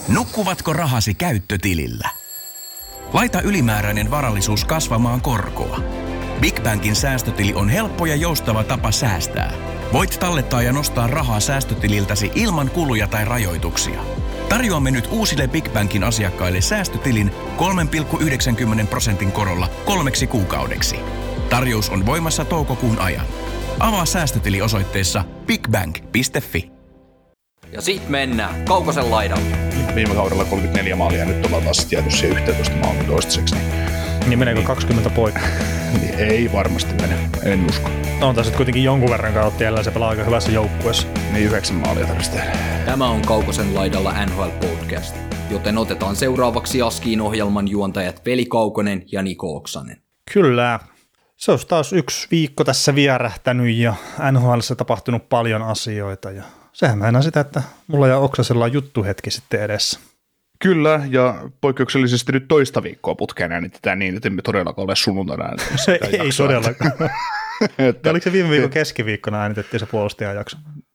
Nukkuvatko rahasi käyttötilillä? Laita ylimääräinen varallisuus kasvamaan korkoa. Big Bankin säästötili on helppo ja joustava tapa säästää. Voit tallettaa ja nostaa rahaa säästötililtäsi ilman kuluja tai rajoituksia. Tarjoamme nyt uusille Big Bankin asiakkaille säästötilin 3,90% korolla 3 kuukaudeksi. Tarjous on voimassa toukokuun ajan. Avaa säästötili osoitteessa bigbank.fi. Ja sit mennään Kaukosen laidalle. Viime kaudella 34 maalia ja nyt ollaan taas jäänyt siihen 11 maalia toistaiseksi. Niin meneekö 20 poikki? Niin ei varmasti mene, en usko. No on tässä kuitenkin jonkun verran kautta jäljellä, se pelaa aika hyvässä joukkueessa. Niin 9 maalia tarvitsisi tehdä. Tämä on Kaukosen laidalla NHL Podcast, joten otetaan seuraavaksi Askiin ohjelman juontajat Veli Kaukonen ja Niko Oksanen. Kyllä. Se olisi taas yksi viikko tässä vierähtänyt ja NHL:ssä tapahtunut paljon asioita ja sehän meinaa sitä, että mulla ja Oksasella on juttuhetki sitten edessä. Kyllä, ja poikkeuksellisesti nyt toista viikkoa putkeen äänitetään niin, että emme todellakaan ole sunnuntaina äänittämässä. Ei todellakaan. Oliko se viime viikon keskiviikkona äänitettiin se puolustajan jakso?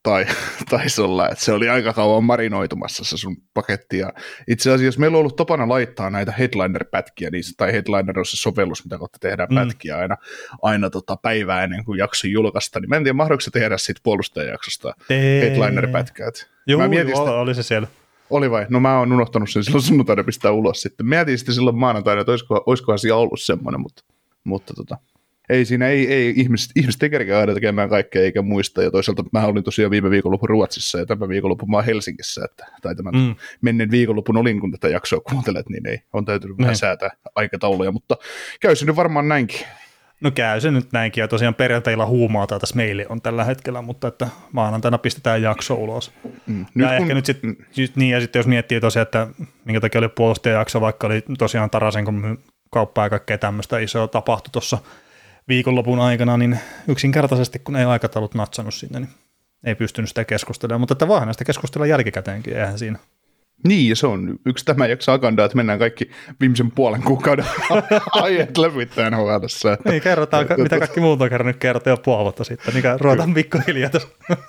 Taisi olla, että se oli aika kauan marinoitumassa se sun paketti. Ja itse asiassa meillä on ollut tapana laittaa näitä headliner-pätkiä, tai headliner on se sovellus, mitä kautta tehdään pätkiä aina päivää ennen kuin jakso julkaista. Niin mä en tiedä, mahdollisesti tehdä siitä puolustajan jaksosta headliner-pätkää. Joo, oli se siellä. Oli vai? No mä oon unohtanut sen silloin sunnuntaina pistää ulos sitten. Mietin sitten silloin maanantaina, että olisikohan siellä ollut semmoinen, mutta ei siinä, ei ihmiset ei kerkeä aina tekemään kaikkea eikä muista, ja toisaalta mä olin tosiaan viime viikonlopun Ruotsissa, ja tämän viikonlopun mä oon Helsingissä, tai tämän menneen viikonlopun olin, kun tätä jaksoa kuuntelet, niin ei, on täytynyt vähän säätää aikatauluja, mutta käy se nyt varmaan näinkin. No käy se nyt näinkin, ja tosiaan perjantailla huumaata tässä meili on tällä hetkellä, mutta että maanantaina pistetään jakso ulos. Nyt sitten jos miettii tosiaan, että minkä takia oli puolustajajakso, vaikka oli tosiaan Tarasenkon kauppaa ja kaikkea tämmöistä isoa tapahtui tuossa viikonlopun aikana, niin yksinkertaisesti, kun ei aikataulut natsannut sinne, niin ei pystynyt sitä keskustelemaan, mutta että voihan sitä keskustella jälkikäteenkin, eihän siinä. Niin, ja se on yksi tämä jakso agendaa, että mennään kaikki viimeisen puolen kuukauden aiheet läpittäen NHL:ssä. Niin, kerrotaan, mitä kaikki muut on kerran nyt kerrottu jo puoli vuotta sitten, niin ruvetaan pikkuhiljaa tässä.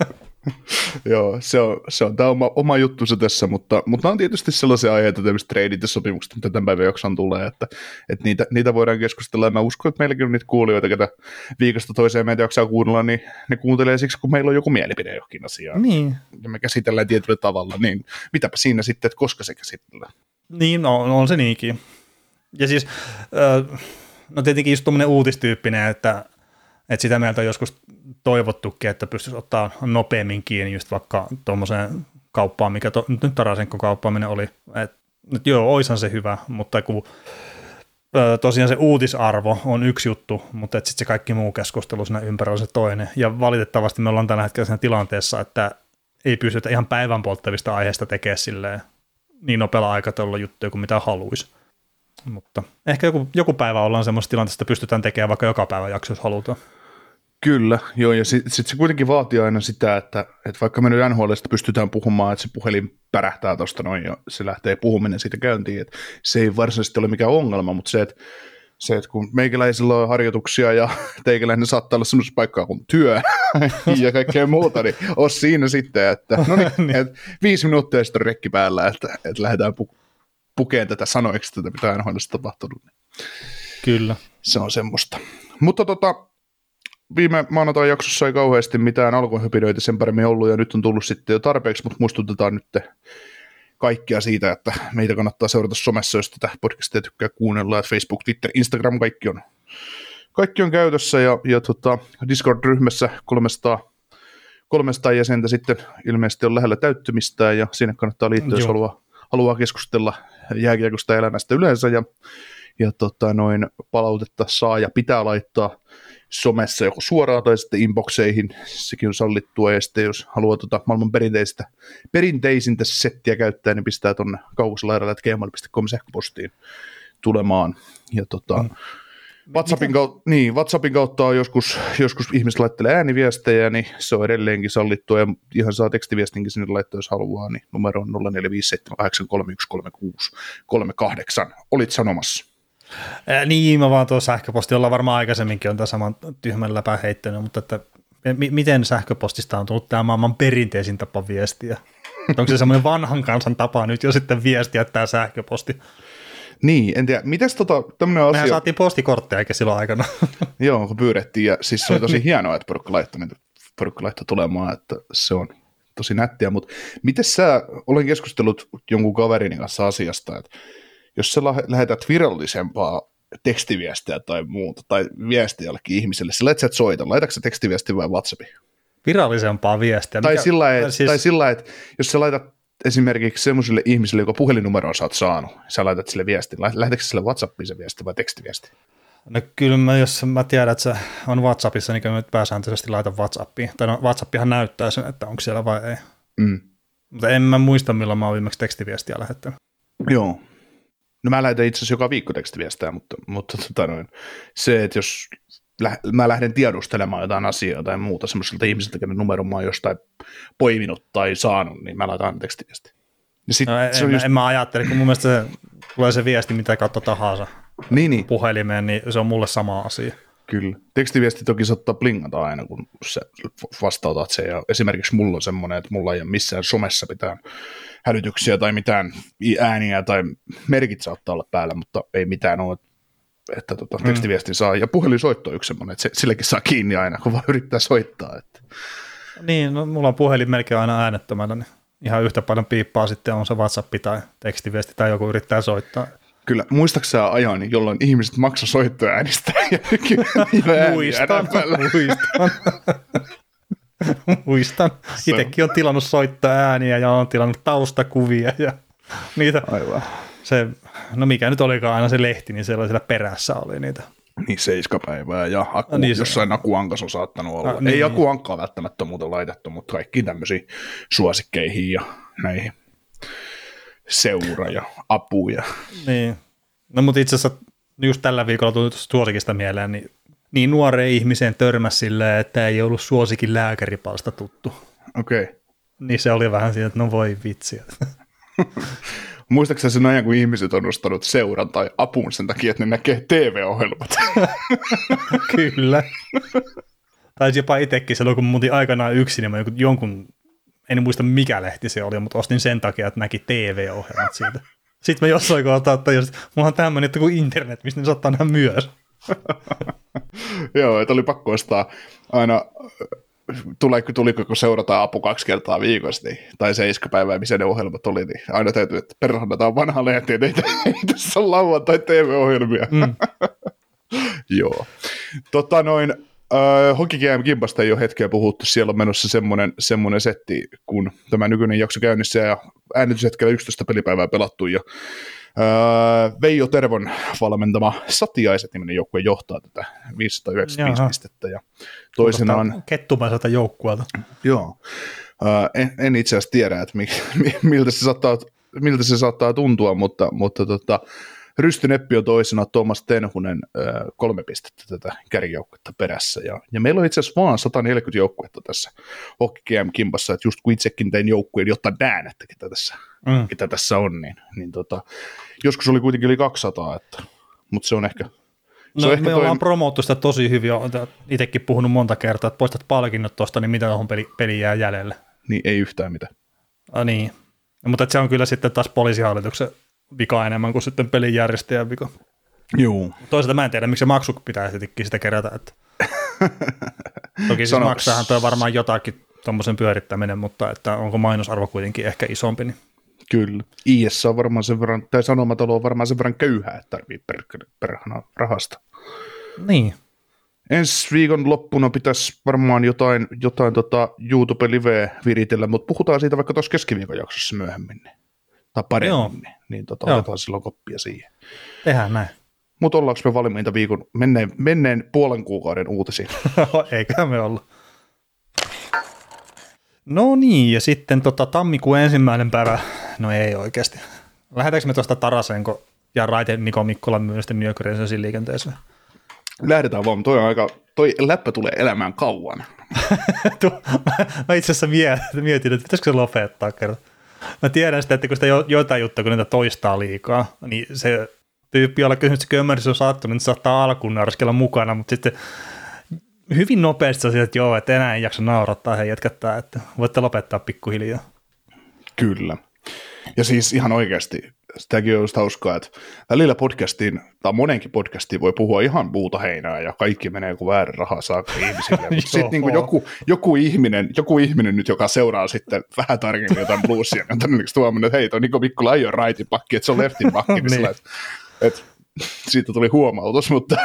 Joo, se on tämä oma juttunsa tässä, mutta on tietysti sellaisia aiheita, tämmöiset treidit ja sopimukset, mitä tämän päivän jakson tulee, että niitä voidaan keskustella, ja mä uskon, että meilläkin on niitä kuulijoita, ketä viikosta toiseen meitä jaksaa kuunnella, niin ne kuuntelee siksi, kun meillä on joku mielipide johonkin asiaan. Niin. Ja me käsitellään tietyllä tavalla, niin mitäpä siinä sitten, että koska se käsitellään. Niin, on se niinkin. Ja siis, no tietenkin just tuommoinen uutistyyppinen, että sitä meiltä on joskus toivottukin, että pystyisi ottaa nopeammin kiinni just vaikka tuommoiseen kauppaan, mikä nyt Tarasenkon kauppaaminen oli. Että joo, oishan se hyvä, mutta kun tosiaan se uutisarvo on yksi juttu, mutta sitten se kaikki muu keskustelu siinä ympärillä on se toinen. Ja valitettavasti me ollaan tällä hetkellä siinä tilanteessa, että ei pystytä ihan päivän polttavista aiheista tekemään silleen niin nopealla aikataululla juttuja kuin mitä haluaisi. Mutta ehkä joku päivä ollaan semmoisessa tilanteessa, että pystytään tekemään vaikka joka päivä jakso, jos halutaan. Kyllä, joo, ja sitten se kuitenkin vaatii aina sitä, että vaikka me nyt NHL:stä pystytään puhumaan, että se puhelin pärähtää tuosta noin, ja se lähtee puhuminen siitä käyntiin, että se ei varsinaisesti ole mikään ongelma, mutta se, että kun meikäläisillä on harjoituksia ja teikäläinen saattaa olla semmoisessa paikkaa kuin työ ja kaikkea muuta, niin on siinä sitten, että no niin, että 5 minuuttia sitten on rekki päällä, että lähdetään pukeen tätä sanoiksi, tätä mitä NHL:ssä tapahtunut. Kyllä. Se on semmoista. Mutta viime maanantain jaksossa ei kauheasti mitään alkuhöpinöitä sen paremmin ollut, ja nyt on tullut sitten jo tarpeeksi, mutta muistutetaan nyt kaikkia siitä, että meitä kannattaa seurata somessa, jos tätä podcastia tykkää kuunnella, että Facebook, Twitter, Instagram, kaikki on käytössä, ja Discord-ryhmässä 300 jäsentä sitten ilmeisesti on lähellä täyttymistään, ja sinne kannattaa liittyä, jos haluaa keskustella jääkiekosta elämästä yleensä, ja palautetta saa ja pitää laittaa somessa joko suoraan tai sitten inboxeihin, sekin on sallittua, ja sitten jos haluaa maailman perinteisintä settiä käyttää, niin pistää tuonne kaukoslaidalla@gmail.com sähköpostiin tulemaan, ja WhatsAppin kautta on joskus ihmiset laittelee ääniviestejä, niin se on edelleenkin sallittua, ja ihan saa tekstiviestinkin sinne laittaa, jos haluaa, niin numero on 0457833138. Olit sanomassa. Niin, mä vaan tuo sähköpostilla varmaan aikaisemminkin on tämän saman tyhmän läpän heittänyt, mutta että miten sähköpostista on tullut tämä maailman perinteisin tapa viestiä? Onko se semmoinen vanhan kansan tapa nyt jo sitten viestiä tämä sähköposti? Niin, en tiedä. Mites tämmöinen asia... Mehän saatiin postikortteja eikä silloin aikana. Joo, kun pyydettiin, ja siis se oli tosi hienoa, että porukka laittoi tulemaan, että se on tosi nättiä, mutta miten olen keskustellut jonkun kaverini kanssa asiasta, että jos sä lähetät virallisempaa tekstiviestiä tai muuta, tai viestiä jollekin ihmiselle, sä lähet sä soita, laitatko sä tekstiviestiä vai WhatsAppin? Virallisempaa viestiä. Tai sillä, että jos sä laitat esimerkiksi semmoiselle ihmiselle, joka puhelinnumeroa sä oot saanut, sä laitat sille viestin, lähetätkö sille WhatsAppiin se viesti vai tekstiviesti? No kyllä, jos mä tiedän, että se on WhatsAppissa, niin kyllä mä pääsääntöisesti laitan WhatsAppiin. Tai no WhatsAppihan näyttää sen, että onko siellä vai ei. Mutta en mä muista, milloin mä oon viimeksi tekstiviestiä lähettänyt. Joo. No mä lähetän itse asiassa joka viikko tekstiviestää, mutta se, että jos mä lähden tiedustelemaan jotain asiaa tai muuta semmoiselta ihmiseltä, kenen numeron mä oon jostain poiminut tai saanut, niin mä laitan tekstiviestiä. En mä ajattele, kun mun mielestä se tulee se viesti, mitä kautta tahansa puhelimeen, niin se on mulle sama asia. Kyllä. Tekstiviesti toki saattaa plingata aina, kun sä vastautat sen. Ja esimerkiksi mulla on semmoinen, että mulla ei ole missään somessa mitään hälytyksiä tai mitään ääniä tai merkit saattaa olla päällä, mutta ei mitään ole, että tekstiviestin saa. Ja puhelinsoitto on yksi semmoinen, että silläkin saa kiinni aina, kun vaan yrittää soittaa. Että. Niin, no mulla on puhelin melkein aina äänettömällä, niin ihan yhtä paljon piippaa sitten on se WhatsApp tai tekstiviesti tai joku yrittää soittaa. Kyllä, muistatko sä ajan, jolloin ihmiset maksaa soittoäänistä? Muistan. Itsekin on tilannut soittoääniä ja on tilannut taustakuvia ja niitä. Aivan. No mikä nyt olikaan aina se lehti, niin siellä perässä oli niitä. Niin 7 päivää ja jossain Akuankas on saattanut olla. Niin. Ei Akuankkaa välttämättä muuten laitettu, mutta kaikkiin tämmöisiin suosikkeihin ja näihin seura ja apuja. Niin. No mutta itse asiassa just tällä viikolla tuli suosikista mieleen, niin nuoreen ihmiseen törmäsi silleen, että ei ollut suosikin lääkäripalsta tuttu. Okei. Okay. Niin se oli vähän siinä, että no voi vitsi. Muistaakseni sen ajan, kun ihmiset on nostanut seuran tai apun sen takia, että ne näkee TV-ohjelmat? Kyllä. Taisi jopa itsekin silloin, kun muutin aikanaan yksin, niin mä jonkun, en muista mikä lehti se oli, mutta ostin sen takia, että näki TV-ohjelmat siitä. Sitten mä jossain kohtaa tajusin, että mulla on tämmöinen kuin internet, mistä ne saattaa nähdä myös. Joo, että oli pakko ostaa aina, tuliko kun seurataan apu 2 kertaa viikossa, niin, tai 7 päivää, missä ne ohjelmat oli, niin aina täytyy, että perhannataan vanha lehti, että ei tässä ole lauantai TV-ohjelmia. Joo. Hockey Game Kimpasta ei ole hetkeä puhuttu, siellä on menossa semmoinen setti, kun tämä nykyinen jakso käynnissä ja äänityshetkellä 11 pelipäivää pelattu ja Veijo Tervon valmentama Satiaiset-niminen joukkue johtaa tätä 595 pistettä ja toisenaan kettumaiselta joukkueelta. Joo. En itse asiassa tiedä, että miltä se saattaa tuntua, mutta Rysty Neppi on toisena, Tuomas Tenhunen 3 pistettä tätä kärkijoukkuetta perässä. Ja meillä on itse asiassa vaan 140 joukkuetta tässä Hockey Game Kimpassa, että just kun itsekin tein joukkueen, jotta näen, että ketä tässä on, niin joskus oli kuitenkin yli 200, mutta se on ehkä... Me ollaan promoottu sitä tosi hyvin, itsekin puhunut monta kertaa, että poistat palkinnot tuosta, niin mitä tuohon peliin jää jäljelle? Niin, ei yhtään mitään. Niin, mutta se on kyllä sitten taas poliisihallituksen vika enemmän kuin sitten pelin järjestäjän vika. Joo. Toisaalta mä en tiedä, miksi se maksu pitää sitä kerätä. Että. Toki siis maksaahan toi varmaan jotakin tuommoisen pyörittäminen, mutta että onko mainosarvo kuitenkin ehkä isompi. Niin. Kyllä. IS on varmaan sen verran, tai Sanomatalo on varmaan sen verran köyhää, että tarvii perhana rahasta. Niin. Ensi viikon loppuna pitäisi varmaan jotain YouTube-liveä viritellä, mutta puhutaan siitä vaikka tuossa keskiviikon jaksossa myöhemmin. Tai paremmin, niin otetaan silloin koppia siihen. Tehdään näin. Mutta ollaanko me valmiita viikon menneen puolen kuukauden uutisiin? Eiköhän me olla. No niin, ja sitten tammikuun 1. päivä, no ei oikeasti. Lähdetäänkö me tuosta Tarasenko ja Raite Niko Mikkolan myönnesten nyökyreisen liikenteeseen? Lähdetään vaan, toi läppä tulee elämään kauan. Mä itse asiassa mietin, että pitäisikö se lopettaa kerran. Mä tiedän sitä, että kun sitä jotain juttua, kun niitä toistaa liikaa, niin se tyyppi, jolla kysymys se kömmärys on saattunut, niin se saattaa alkuun nauraskella mukana, mutta sitten hyvin nopeasti se on että joo, että enää ei jaksa naurattaa ja jätkättää, että voitte lopettaa pikkuhiljaa. Kyllä. Ja siis ihan oikeasti, sitäkin on just hauskaa, että välillä podcastiin, tai monenkin podcastiin voi puhua ihan puuta heinää, ja kaikki menee kuin väärä rahaa saakka ihmisille. Mutta sitten niin joku ihminen nyt, joka seuraa sitten vähän tarkemmin jotain bluesia, on todennäköisesti huomannut, että hei, tuo Niko Mikkola ei ole rightin pakki, että se on leftin pakki. Niin. Että siitä tuli huomautus, mutta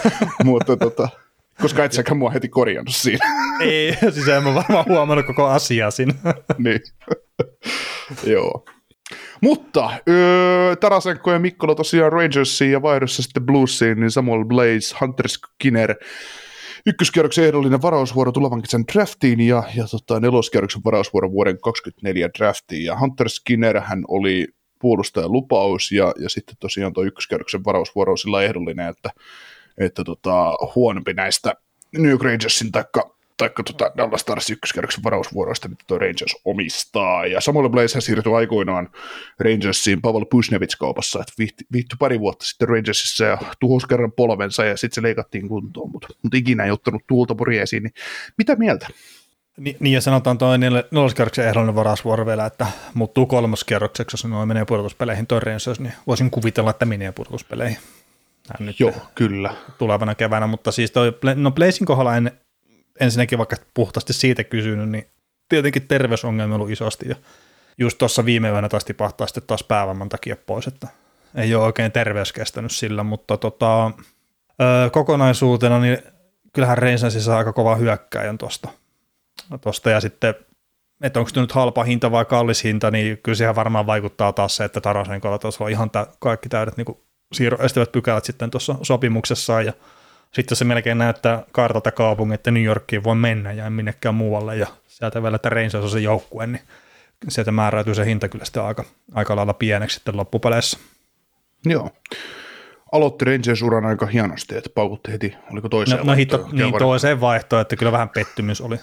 koska et säkään mua heti korjannut siinä. Ei, siis en mä varmaan huomannut koko asiaa siinä. Niin, joo. Mutta Tarasenko ja Mikkola tosiaan Rangersiin ja vaihdossa sitten Bluesiin, niin Samuel Blaze, Hunter Skinner, ykköskierroksen ehdollinen varausvuoro tulevan kesän draftiin ja neloskierroksen varausvuoro vuoden 2024 draftiin. Ja Hunter Skinner hän oli puolustajan lupaus ja sitten tosiaan tuo ykköskierroksen varausvuoro on sillä ehdollinen, että huonompi näistä New York Rangersin taikka Dallas Starsin ykköskierroksen varausvuoroista, mitä tuo Rangers omistaa. Ja Samuel Blaze siirtyi aikoinaan Rangersiin Pavel Buchnevich-kaupassa, että viihtyi pari vuotta sitten Rangersissa ja tuhosi kerran polvensa ja sitten se leikattiin kuntoon, mutta ikinä ei ottanut tuulta purjeisiin, niin mitä mieltä? Niin ja sanotaan tuo neloskierroksen ehdollinen varausvuoro vielä, että muuttuu kolmoskierrokseksi, jos noin menee pudotuspeleihin tuo Rangers, niin voisin kuvitella, että menee pudotuspeleihin. Joo, kyllä. Tulevana keväänä, mutta siis Blazin kohdalla ensinnäkin vaikka puhtaasti siitä kysynyt, niin tietenkin terveysongelmia on ollut isosti ja just tuossa viime yönä taas tipahtaa sitten taas päävamman takia pois, että ei ole oikein terveys kestänyt sillä, mutta kokonaisuutena niin kyllähän Rangersissa saa aika kova hyökkääjän tuosta ja sitten, että onko se nyt halpa hinta vai kallis hinta, niin kyllä siihen varmaan vaikuttaa taas se, että Tarasenkolla tuossa on ihan kaikki täydet niin siirroestävät pykälät sitten tuossa sopimuksessaan ja sitten se melkein näyttää kartalta kaupungin, että New Yorkiin voi mennä ja minnekään muualle ja sieltä vielä, että Rangers on se joukkue, niin sieltä määräytyy se hinta kyllä sitten aika lailla pieneksi sitten loppupeleissä. Joo. Aloitti Rangers-uran aika hienosti, että paukutti heti, oliko toiseen vaihtoon? Niin toiseen vaihtoon, että kyllä vähän pettymys oli.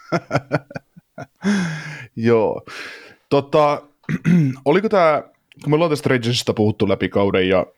Joo. Oliko tämä, kun me ollaan tästä Rangersista puhuttu läpi kauden ja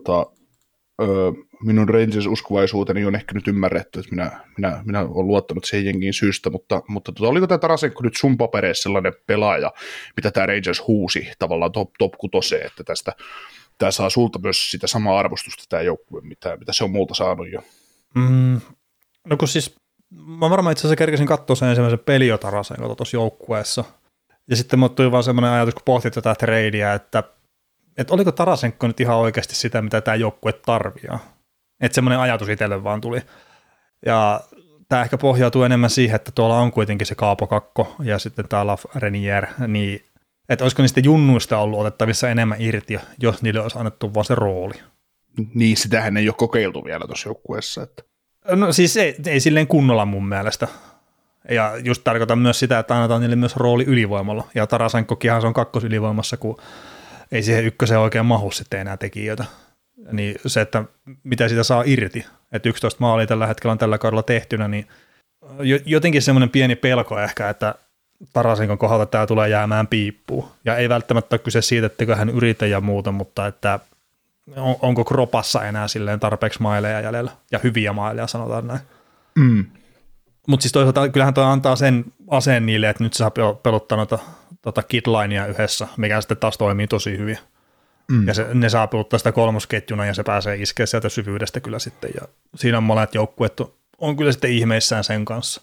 minun Rangers-uskovaisuuteni on ehkä nyt ymmärretty, että minä olen luottanut siihen jengiin syystä, mutta oliko tämä Tarasenko nyt sun papereissa sellainen pelaaja, mitä tämä Rangers huusi tavallaan top 6, että tämä saa sulta myös sitä samaa arvostusta tämä joukkue, mitä se on multa saanut jo? No kun siis, mä varmaan itse asiassa kerkesin katsoa sen ensimmäisen pelin Tarasenko tuossa joukkueessa, ja sitten mulle tuli vaan semmoinen ajatus, kun pohtit tätä tradea, että oliko Tarasenko nyt ihan oikeasti sitä, mitä tämä joukkue tarvitsee. Että semmoinen ajatus itselle vaan tuli. Ja tämä ehkä pohjautuu enemmän siihen, että tuolla on kuitenkin se Kaapo Kakko ja sitten tämä Lafreniere, niin että olisiko niistä junnuista ollut otettavissa enemmän irti, jos niille olisi annettu vaan se rooli. Niin, sitähän ei ole kokeiltu vielä tuossa joukkueessa. Että. No siis ei silleen kunnolla mun mielestä. Ja just tarkoitan myös sitä, että annetaan niille myös rooli ylivoimalla. Ja Tarasenkokinhan se on kakkosylivoimassa, kun ei siihen ykköseen oikein mahu sitten enää tekijöitä. Niin se, että mitä sitä saa irti, että 11 maalia tällä hetkellä on tällä kaudella tehtynä, niin jotenkin semmoinen pieni pelko ehkä, että Tarasenkon kohdalta tämä tulee jäämään piippuun. Ja ei välttämättä ole kyse siitä, että hän yritä ja muuta, mutta että onko kropassa enää silleen tarpeeksi maileja jäljellä, ja hyviä maileja sanotaan näin. Mutta siis toisaalta kyllähän tuo antaa sen aseen niille, että nyt se saa peluttaa noita kidlinea yhdessä, mikä sitten taas toimii tosi hyvin. Ja ne saa peluttaa sitä kolmosketjuna ja se pääsee iskeä sieltä syvyydestä kyllä sitten. Ja siinä on monet joukkueet on kyllä sitten ihmeissään sen kanssa.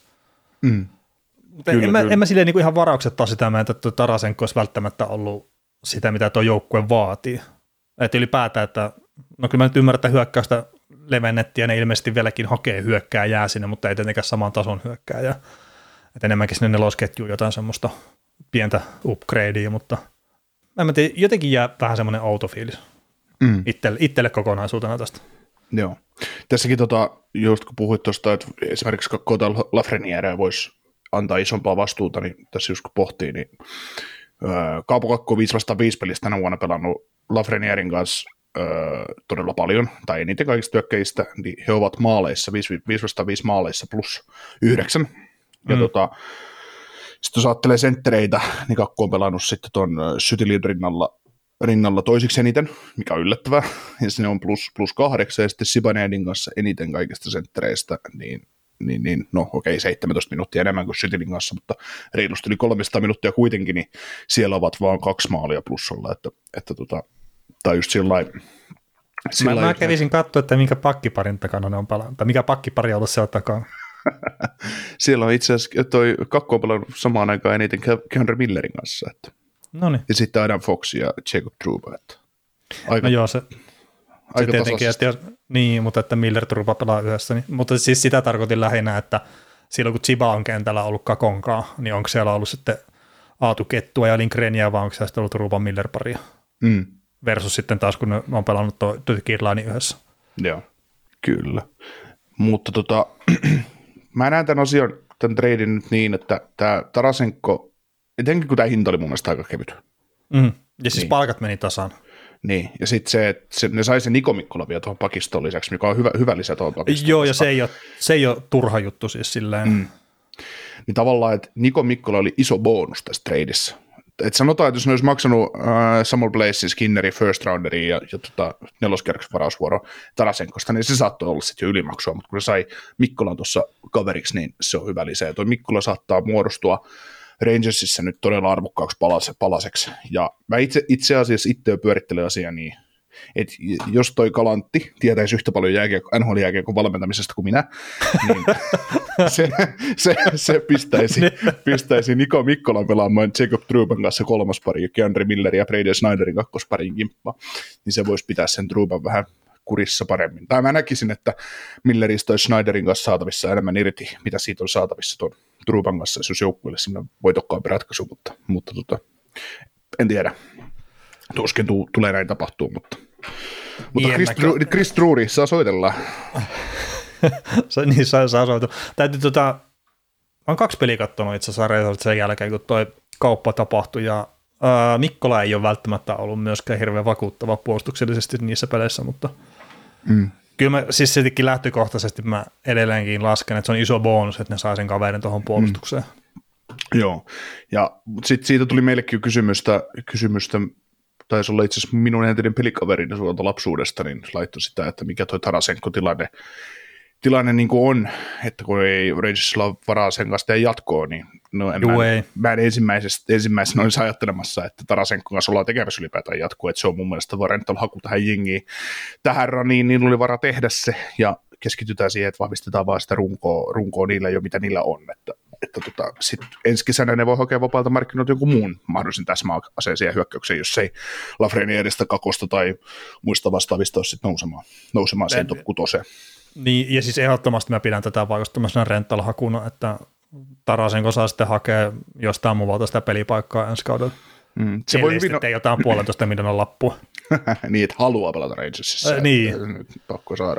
En mä silleen niin ihan varauksettaa sitä mieltä, että Tarasenko olisi välttämättä ollut sitä, mitä tuo joukkue vaatii. Että ylipäätään, että no kyllä mä nyt ymmärrän, että hyökkäystä levennettiin ja ne ilmeisesti vieläkin hakee hyökkääjää sinne, mutta ei tietenkään saman tason hyökkääjää. Että enemmänkin sinne nelosketjuun jotain semmoista pientä upgradea, mutta en mä tiedä, jotenkin jää vähän semmoinen outo fiilis itselle kokonaisuutena tästä. Joo. Tässäkin just kun puhuit tuosta, että esimerkiksi Kota Lafreniereä voisi antaa isompaa vastuuta, niin tässä just kun pohtii, niin Kaapo Kakko 5-5 pelistä tänä vuonna pelannut Lafrenierin kanssa todella paljon, tai eniten kaikista hyökkäjistä, niin he ovat maaleissa, 5-5 maaleissa +9. Ja sitten jos ajattelee senttereitä, niin Kakko on pelannut sitten tuon Sytilin rinnalla toisiksi eniten, mikä on yllättävää, ja sinne on +8, ja sitten Sibanedin kanssa eniten kaikista senttereistä, niin no okei, 17 minuuttia enemmän kuin Shytilin kanssa, mutta reilusti yli 300 minuuttia kuitenkin, niin siellä ovat vaan 2 maalia plussalla, tai just sillain. Mä kävisin katsoa, että minkä pakkiparin takana ne on palannut, tai mikä pakkipari on ollut siellä takana. Siellä on itse asiassa, toi Kakko on pelannut samaan aikaan eniten Henry Millerin kanssa, että. Noniin. Ja sitten Adam Fox ja Jacob Trouba, että. No joo, se tietenkin, että niin, mutta että Miller Trouba pelaa yhdessä, niin, mutta siis sitä tarkoitin lähinnä, että silloin kun Chiba on kentällä ollut Kakonkaa, niin onko siellä ollut sitten Aatu Kettua ja Lindgrenia, vai onko siellä sitten ollut Trouba Miller paria? Versus sitten taas, kun ne on pelannut Kirlaini yhdessä. Joo, kyllä. Mutta mä näen tämän asian, tämän treidin nyt niin, että tämä Tarasenko, etenkin kun tämä hinta oli mun mielestä aika kevyt. Ja siis palkat meni tasaan. Niin, ja sitten se, että ne sai se Niko Mikkola vielä tuohon pakiston lisäksi, mikä on hyvä lisä tuohon pakistoon. Joo, ja se ei ole turha juttu siis silleen. Niin tavallaan, että Niko Mikkola oli iso bonus tässä treidissä. Et sanotaan, että jos ne olisi maksanut Samuel Blazin, Skinnerin, first rounderin ja neloskierroksen varausvuoro Tarasenkosta, niin se saattoi olla sitten jo ylimaksua, mutta kun se sai Mikkolan tuossa kaveriksi, niin se on hyvä lisä. Ja tuo Mikkola saattaa muodostua Rangersissa nyt todella arvokkaaksi palaseksi. Ja mä itse asiassa jo pyörittelen asiaa niin, että jos toi Galantti tietäisi yhtä paljon NHL-jääkiekon valmentamisesta kuin minä, niin se pistäisi Niko Mikkolan pelaamaan Jacob Trouban kanssa 3. pari ja Keandre Millerin ja Brady Snyderin 2. parin kimppaa, niin se voisi pitää sen Trouban vähän kurissa paremmin. Tai mä näkisin, että Milleristä olisi Snyderin kanssa saatavissa enemmän irti, mitä siitä on saatavissa tuon Trouban kanssa, jos joukkueelle semmoinen voitokkaampi ratkaisu, mutta en tiedä. Tuskin tulee näin tapahtuu, mutta Chris Drury, saa soitella. Niin, saa soitella. Täytyy olen 2 peliä katsonut itse asiassa sen jälkeen, kun toi kauppa tapahtui, ja Mikkola ei ole välttämättä ollut myöskään hirveän vakuuttava puolustuksellisesti niissä peleissä, mutta kyllä mä siis siltikin lähtökohtaisesti mä edelleenkin lasken, että se on iso bonus, että ne saa sen kaverin tuohon puolustukseen. Joo, ja sitten siitä tuli meillekin kysymystä taisi olla itse asiassa minun entinen pelikaverini suolta lapsuudesta, niin laittoi sitä, että mikä toi Tarasenko tilanne niin kuin on, että kun ei Rangersilla ole varaa sen kanssa tehdä jatkoa, niin mä en ensimmäisenä olisi ajattelemassa, että Tarasenkon kanssa ollaan tekemässä ylipäätään jatkoa, että se on mun mielestä vaan rental-haku tähän jengiin. Tähän raniin niin oli varaa tehdä se, ja keskitytään siihen, että vahvistetaan vaan sitä runkoa niillä jo, mitä niillä on, että sitten ensi kesänä ne voi hakea vapaalta markkinoilta jonkun muun mahdollisen täsmäaseeseen ja hyökkäykseen, jos ei Lafreni edestä Kakosta tai muista vastaavista ole sitten nousemaan sen top 6. Niin, ja siis ehdottomasti mä pidän tätä vaikka tämmöisenä rental-hakuna, että Tarasenko saa sitten hakea jostain muualta sitä pelipaikkaa ensi kaudella. Se voi hyvin sitten jotain 1,5 miljoonan lappua. Niin, että haluaa pelata Rangersissa. Niin. Pakko saada.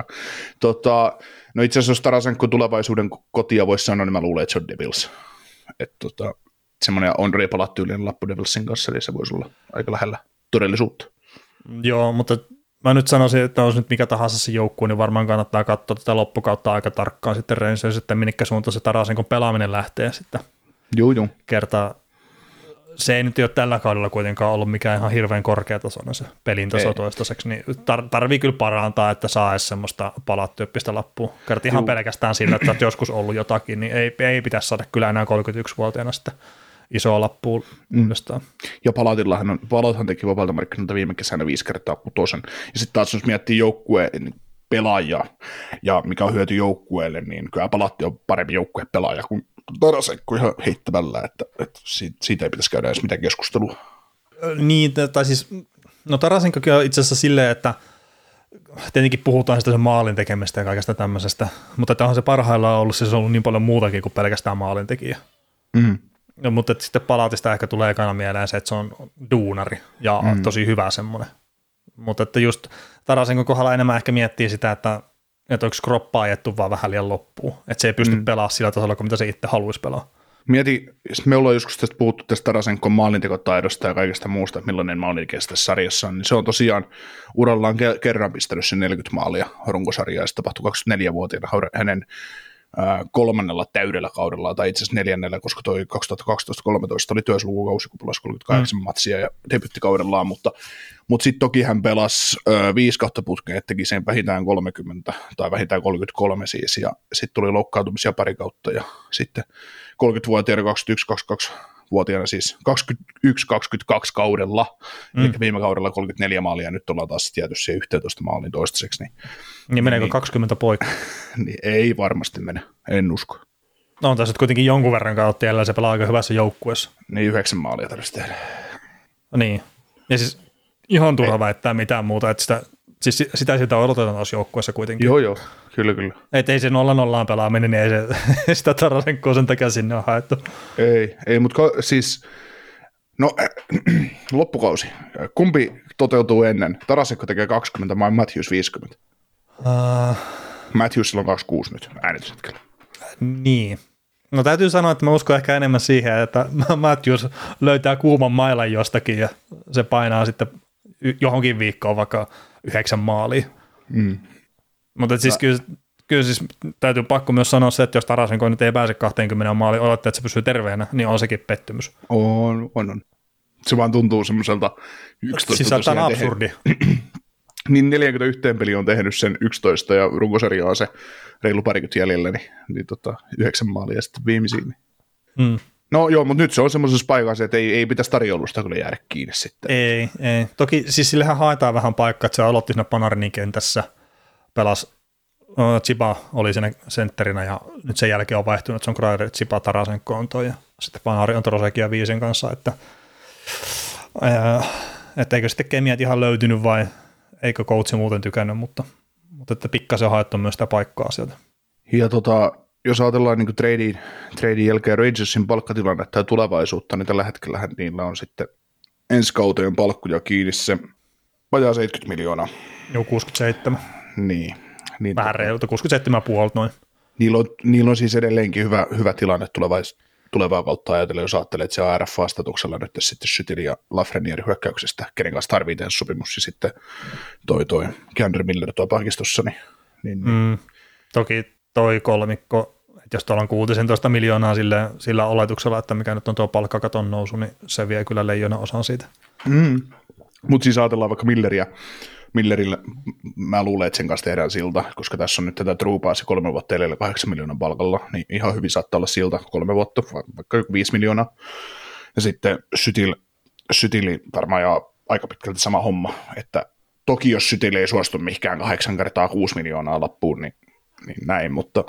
No itse asiassa jos Tarasenko tulevaisuuden kotia voisi sanoa, niin mä luulen, että se on Devils. Että semmoinen Andrei Palat-tyylinen lappu Devilsin kanssa, niin se voisi olla aika lähellä todellisuutta. Joo, mutta mä nyt sanoisin, että olisi nyt mikä tahansa se joukkue, niin varmaan kannattaa katsoa tätä loppukautta aika tarkkaan sitten Rangersin, että minkä suuntaan se Tarasenkon pelaaminen lähtee sitten. Joo. Kertaa. Se ei nyt ole tällä kaudella kuitenkaan ollut mikään ihan hirveän korkeatasoinen se pelin taso toistaiseksi, niin tarvii kyllä parantaa, että saa edes semmoista palat-tyyppistä lappua. Kertaa ihan pelkästään sillä, että olet joskus ollut jotakin, niin ei pitäisi saada kyllä enää 31-vuotiaana sitä isoa lappua uudestaan. Ja Palathan teki vapaalta markkinoilta viime kesänä 5 kertaa 6. Ja sitten taas jos miettii joukkueen pelaajia ja mikä on hyöty joukkueelle, niin kyllä Palatti on parempi joukkueen pelaaja kuin Tarasenko ihan heittämällä, että siitä ei pitäisi käydä edes mitään keskustelua. Niin, tai siis, no Tarasenkokin on itse asiassa silleen, että tietenkin puhutaan sitä sen maalin tekemistä ja kaikesta tämmöisestä, mutta tämä on se parhaillaan ollut, se on ollut niin paljon muutakin kuin pelkästään maalintekijä. No, mutta sitten Palatista ehkä tulee ekana mieleen se, että se on duunari ja tosi hyvä semmoinen. Mutta että just Tarasenkon kohdalla enemmän ehkä miettii sitä, että onko kroppaa ajettu vaan vähän liian loppuun, että se ei pysty pelaamaan sillä tasolla, kuin mitä se itse haluaisi pelaa. Mieti, me ollaan joskus tästä puhuttu tästä Tarasenkon maalintekotaidosta ja kaikesta muusta, että millainen maalintekijä tässä sarjassa on, niin se on tosiaan urallaan kerran pistänyt sen 40 maalia runkosarjaa, ja se tapahtui 24-vuotiaana hänen kolmannella täydellä kaudella, tai itse asiassa neljännellä, koska toi 2012-2013 oli työsulkukausi, kun pelasi 38 matsia ja debyttikaudellaan, mutta sitten toki hän pelasi 5 kautta putkeen, että teki sen vähintään 30 tai vähintään 33 siis, ja sitten tuli loukkaantumisia pari kautta, ja sitten 30-vuotiaana 21-22-vuotiaana siis 21-22 kaudella, eli viime kaudella 34 maalia, ja nyt ollaan taas jääty siihen 11 maaliin toistaiseksi. Niin meneekö 20 poikki? Niin ei varmasti mene, en usko. No on tässä kuitenkin jonkun verran kautta jäljellä, se pelaa aika hyvässä joukkueessa. Niin 9 maalia tarvitsisi tehdä. Niin, ja siis ihan turha väittää mitään muuta, että sitä odotetaan taas joukkueessa kuitenkin. Joo, kyllä. Että ei se 0-0 pelaaminen, niin ei se, sitä Tarasenkoa sen takia sinne on haettu. Ei mutta siis, no loppukausi. Kumpi toteutuu ennen? Tarasenko tekee 20, vai Matthews 50? Matthews on 26 nyt äänityshetkellä. Niin. No täytyy sanoa, että mä uskon ehkä enemmän siihen, että Matthews löytää kuuman mailan jostakin ja se painaa sitten johonkin viikkoon vaikka 9 maalia. Mutta siis kyllä siis täytyy pakko myös sanoa se, että jos Tarasenko nyt ei pääse 20 maaliin, odottaa, että se pysyy terveenä, niin on sekin pettymys. On. Se vaan tuntuu semmoiselta 11. Siis tämä on absurdi. Niin 41 peli on tehnyt sen 11 ja runkosarja on se reilu parikymmentä jäljellä, niin 9 maalia sitten viimeisiin. No joo, mutta nyt se on semmoisessa paikassa, että ei pitäisi tarjoulusta kyllä jäädä kiinni sitten. Ei. Toki siis sillehän haetaan vähän paikkaa, että se aloitti siinä Panarinin kentässä, pelasi, Chiba oli siinä sentterinä ja nyt sen jälkeen on vaihtunut, että se on Kreider, Chiba, Tarasenko on toi ja sitten Panari on Trosekin ja Viisin kanssa, että eikö sitten kemiat ihan löytynyt vai eikö coachi muuten tykännyt, mutta että pikkasen haettu myös sitä paikkaa sieltä. Ja jos ajatellaan niin treidin jälkeen Rangersin palkkatilannetta ja tulevaisuutta, niin tällä hetkellä niillä on sitten ensi kauteen palkkuja kiinni se vajaa 70 miljoonaa. Joo, 67. Niin vähän reilta, 67,5 noin. Niillä on siis edelleenkin hyvä tilanne tulevaa kautta ajatellen, jos ajattelee, että se on RF-vastatuksella nyt sitten Schüttil ja Lafreniere hyökkäyksestä, kenen kanssa tarvitaan sopimus, ja sitten toi Keandre Miller tuo pakistossa. Toki toi kolmikko, että jos tuolla on 16 miljoonaa sillä oletuksella, että mikä nyt on tuo palkkakaton nousu, niin se vie kyllä leijonan osan siitä. Mutta siis ajatellaan vaikka Millerillä, mä luulen, että sen kanssa tehdään silta, koska tässä on nyt tätä Troupaa se 3 vuotta edellä 8 miljoonan palkalla, niin ihan hyvin saattaa olla silta 3 vuotta, vaikka 5 miljoonaa. Ja sitten Schüttili varmaan ja aika pitkälti sama homma, että toki jos Schüttili ei suostu mihinkään 8 kertaa 6 miljoonaa lappuun, niin näin, mutta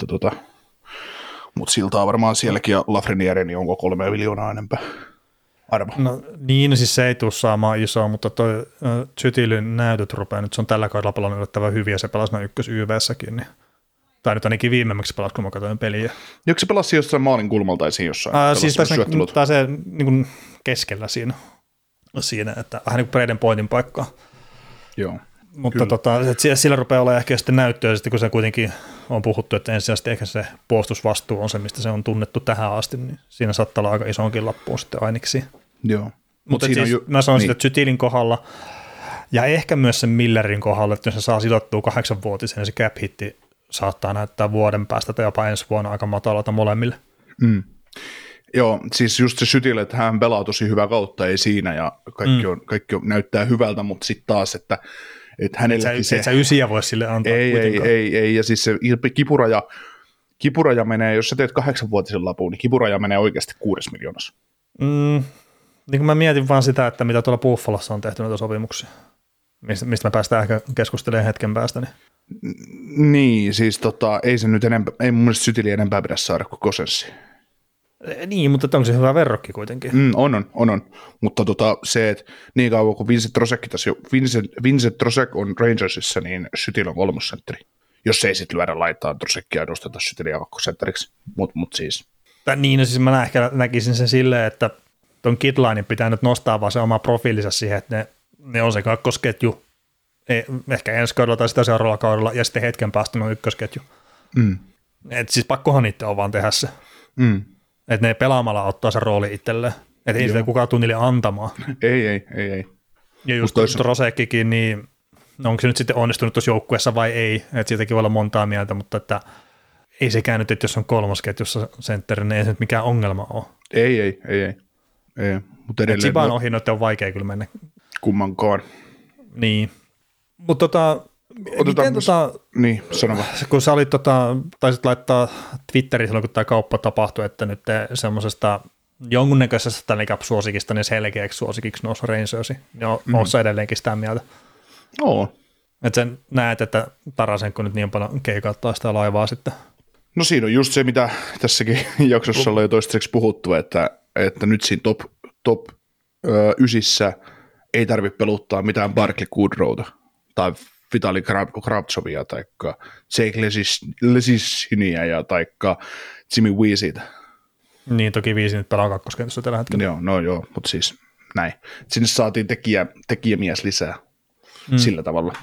siltaa varmaan sielläkin ja Lafreniere, niin onko 3 miljoonaa enempää arvo? No niin, siis se ei tule saamaan isoa, mutta toi Schüttilin näytöt rupeaa nyt, se on tällä kaudella pelannut yllättävän hyviä, se pelasi noin YV:ssäkin, niin tai nyt ainakin viimemmäksi pelasi, kun mä katsoin peliä. Joku se pelasi jossain maalin kulmalta tai jossain? Siis se niin keskellä siinä, että vähän niin kuin Braden Pointin paikkaa. Joo. Mutta sillä rupeaa olemaan ehkä sitten näyttöä, kun se kuitenkin on puhuttu, että ensisijaisesti ehkä se puolustusvastuu on se, mistä se on tunnettu tähän asti, niin siinä saattaa olla aika isonkin lappuun sitten ainakin. Joo. Mutta siis mä sanon niin. Sitä Schüttilin kohdalla ja ehkä myös sen Millerin kohdalla, että jos se saa sidottua 8-vuotiseen, niin se cap hitti saattaa näyttää vuoden päästä tai jopa ensi vuonna aika matalalta molemmille. Joo, siis just se Schüttil, että hän pelaa tosi hyvää kautta, ei siinä, ja kaikki näyttää hyvältä, mutta sitten taas, että hänellekin se... Et sä ysiä voi sille antaa ei, ja siis se kipuraja menee, jos sä teet 8-vuotisen lapun, niin kipuraja menee oikeasti 6 miljoonassa. Niin kuin mä mietin vaan sitä, että mitä tuolla Buffalossa on tehty näitä sopimuksia, mistä me päästään ehkä keskustelemaan hetken päästä. Niin siis ei se nyt enempää, ei mun mielestä Schüttili enempää pidä saada kuin Gosenssi. Niin, mutta onko se hyvä verrokki kuitenkin? On. Mutta se, että niin kauan kuin Vincent Trocheck on Rangersissa, niin Schüttil on 3. sentteri. Jos ei sitten lyödä laittaa Trocheckia ja nosteta Schüttilia 2. sentteriksi. Mut siis. Niin, no siis mä ehkä näkisin sen silleen, että ton Kidlinein pitää nyt nostaa vaan se oma profiilinsa siihen, että ne on se kakkosketju, ehkä ensi kaudella tai sitä seuraavalla kaudella, ja sitten hetken päästä on ykkösketju. Et siis pakkohan niitä on vaan tehdä se. Että ne pelaamalla ottaa sen rooli itselleen. Että ei sitä kukaan tule niille antamaan. Ei. Ja just Trosekkikin, niin onko se nyt sitten onnistunut tuossa joukkueessa vai ei? Että siitäkin voi olla montaa mieltä, mutta että ei sekään nyt, että jos on kolmosketjussa sentteri, niin ei se nyt mikään ongelma ole. Ei. Mutta edelleen... Chiban ohi on vaikea kyllä mennä. Kummankaan. Niin. Mutta miten niin, sano vaan. kun sä olit taisit laittaa Twitteriin silloin, kun tämä kauppa tapahtui, että nyt semmoisesta jonkunnäköisestä Stanley Cup-suosikista niin selkeäksi suosikiksi nousi Rangersi. Oletko sä edelleenkin sitä mieltä? Oo. Että sä näet, että Tarasenko nyt niin paljon keikauttaa sitä laivaa sitten. No siinä on just se, mitä tässäkin jaksossa ollaan jo toistaiseksi puhuttu, että nyt siinä top 9 ei tarvitse peluttaa mitään Barclay Goodrowta tai Vitali Kravtsovia tai Jake Lesishinia tai Jimmy Weezytä. Niin, toki Weezy nyt pelaa kakkoskentässä tällä hetkellä. Joo, mutta siis näin. Sinne saatiin tekijämies lisää sillä tavalla.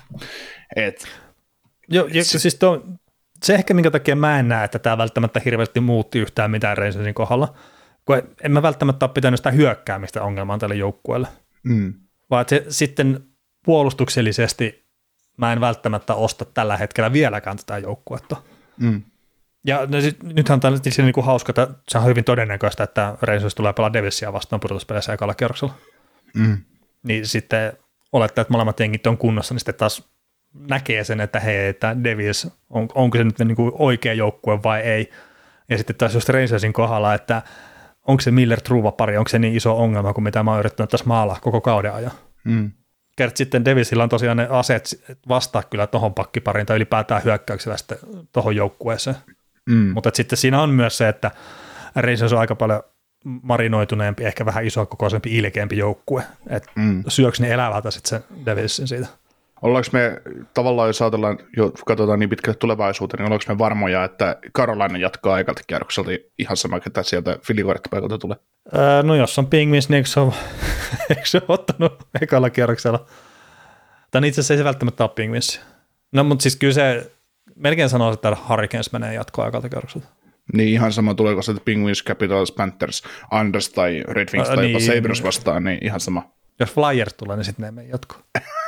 Joo, siis se ehkä minkä takia mä en näe, että tämä välttämättä hirveästi muutti yhtään mitään Rangersin kohdalla, kun en mä välttämättä ole pitänyt sitä hyökkäämistä ongelmaa tälle joukkueelle, vaan että sitten puolustuksellisesti mä en välttämättä osta tällä hetkellä vieläkään tätä joukkuetta. Ja nythän tämä on niin hauska, että se on hyvin todennäköistä, että Rangers tulee pelaa Devilsia vastaan pudotuspeleissä ekalla kierroksella. Niin sitten olettaa, että molemmat jengit on kunnossa, niin sitten taas näkee sen, että hei, että Devils, onko se nyt niin kuin oikea joukkue vai ei. Ja sitten taas just Rangersin kohdalla, että onko se Miller-Truva-pari, onko se niin iso ongelma kuin mitä mä oon yrittänyt tässä maalaa koko kauden ajan. Kert sitten Devilsillä on tosiaan ne aseet vastaa kyllä tuohon pakkipariin tai ylipäätään hyökkäyksellä sitten tuohon joukkueeseen. Mutta sitten siinä on myös se, että Rangers on aika paljon marinoituneempi, ehkä vähän isokokoisempi, ilkeämpi joukkue. Että syöks ne elävältä sitten sen Devilsin siitä? Ollaanko me tavallaan, jos ajatellaan, katsotaan niin pitkälle tulevaisuuteen, niin ollaanko me varmoja, että Carolina jatkaa ekalta kierrokselta ihan sama, ketä sieltä Philly-korttipaikalta tulee? No jos on Penguins, niin eikö se ole ottanut ekalla kierroksella? Tai itse asiassa ei se välttämättä ole Penguins. No mutta siis kyllä se melkein sanoo, että Hurricanes menee jatkoa ekalta kierrokselta. Niin ihan sama, tuleeko se Penguins, Capitals, Panthers, Anders tai Red Wings tai jopa Sabres vastaan, niin ihan sama. Jos Flyers tulee, niin sitten ne menee jatkoon.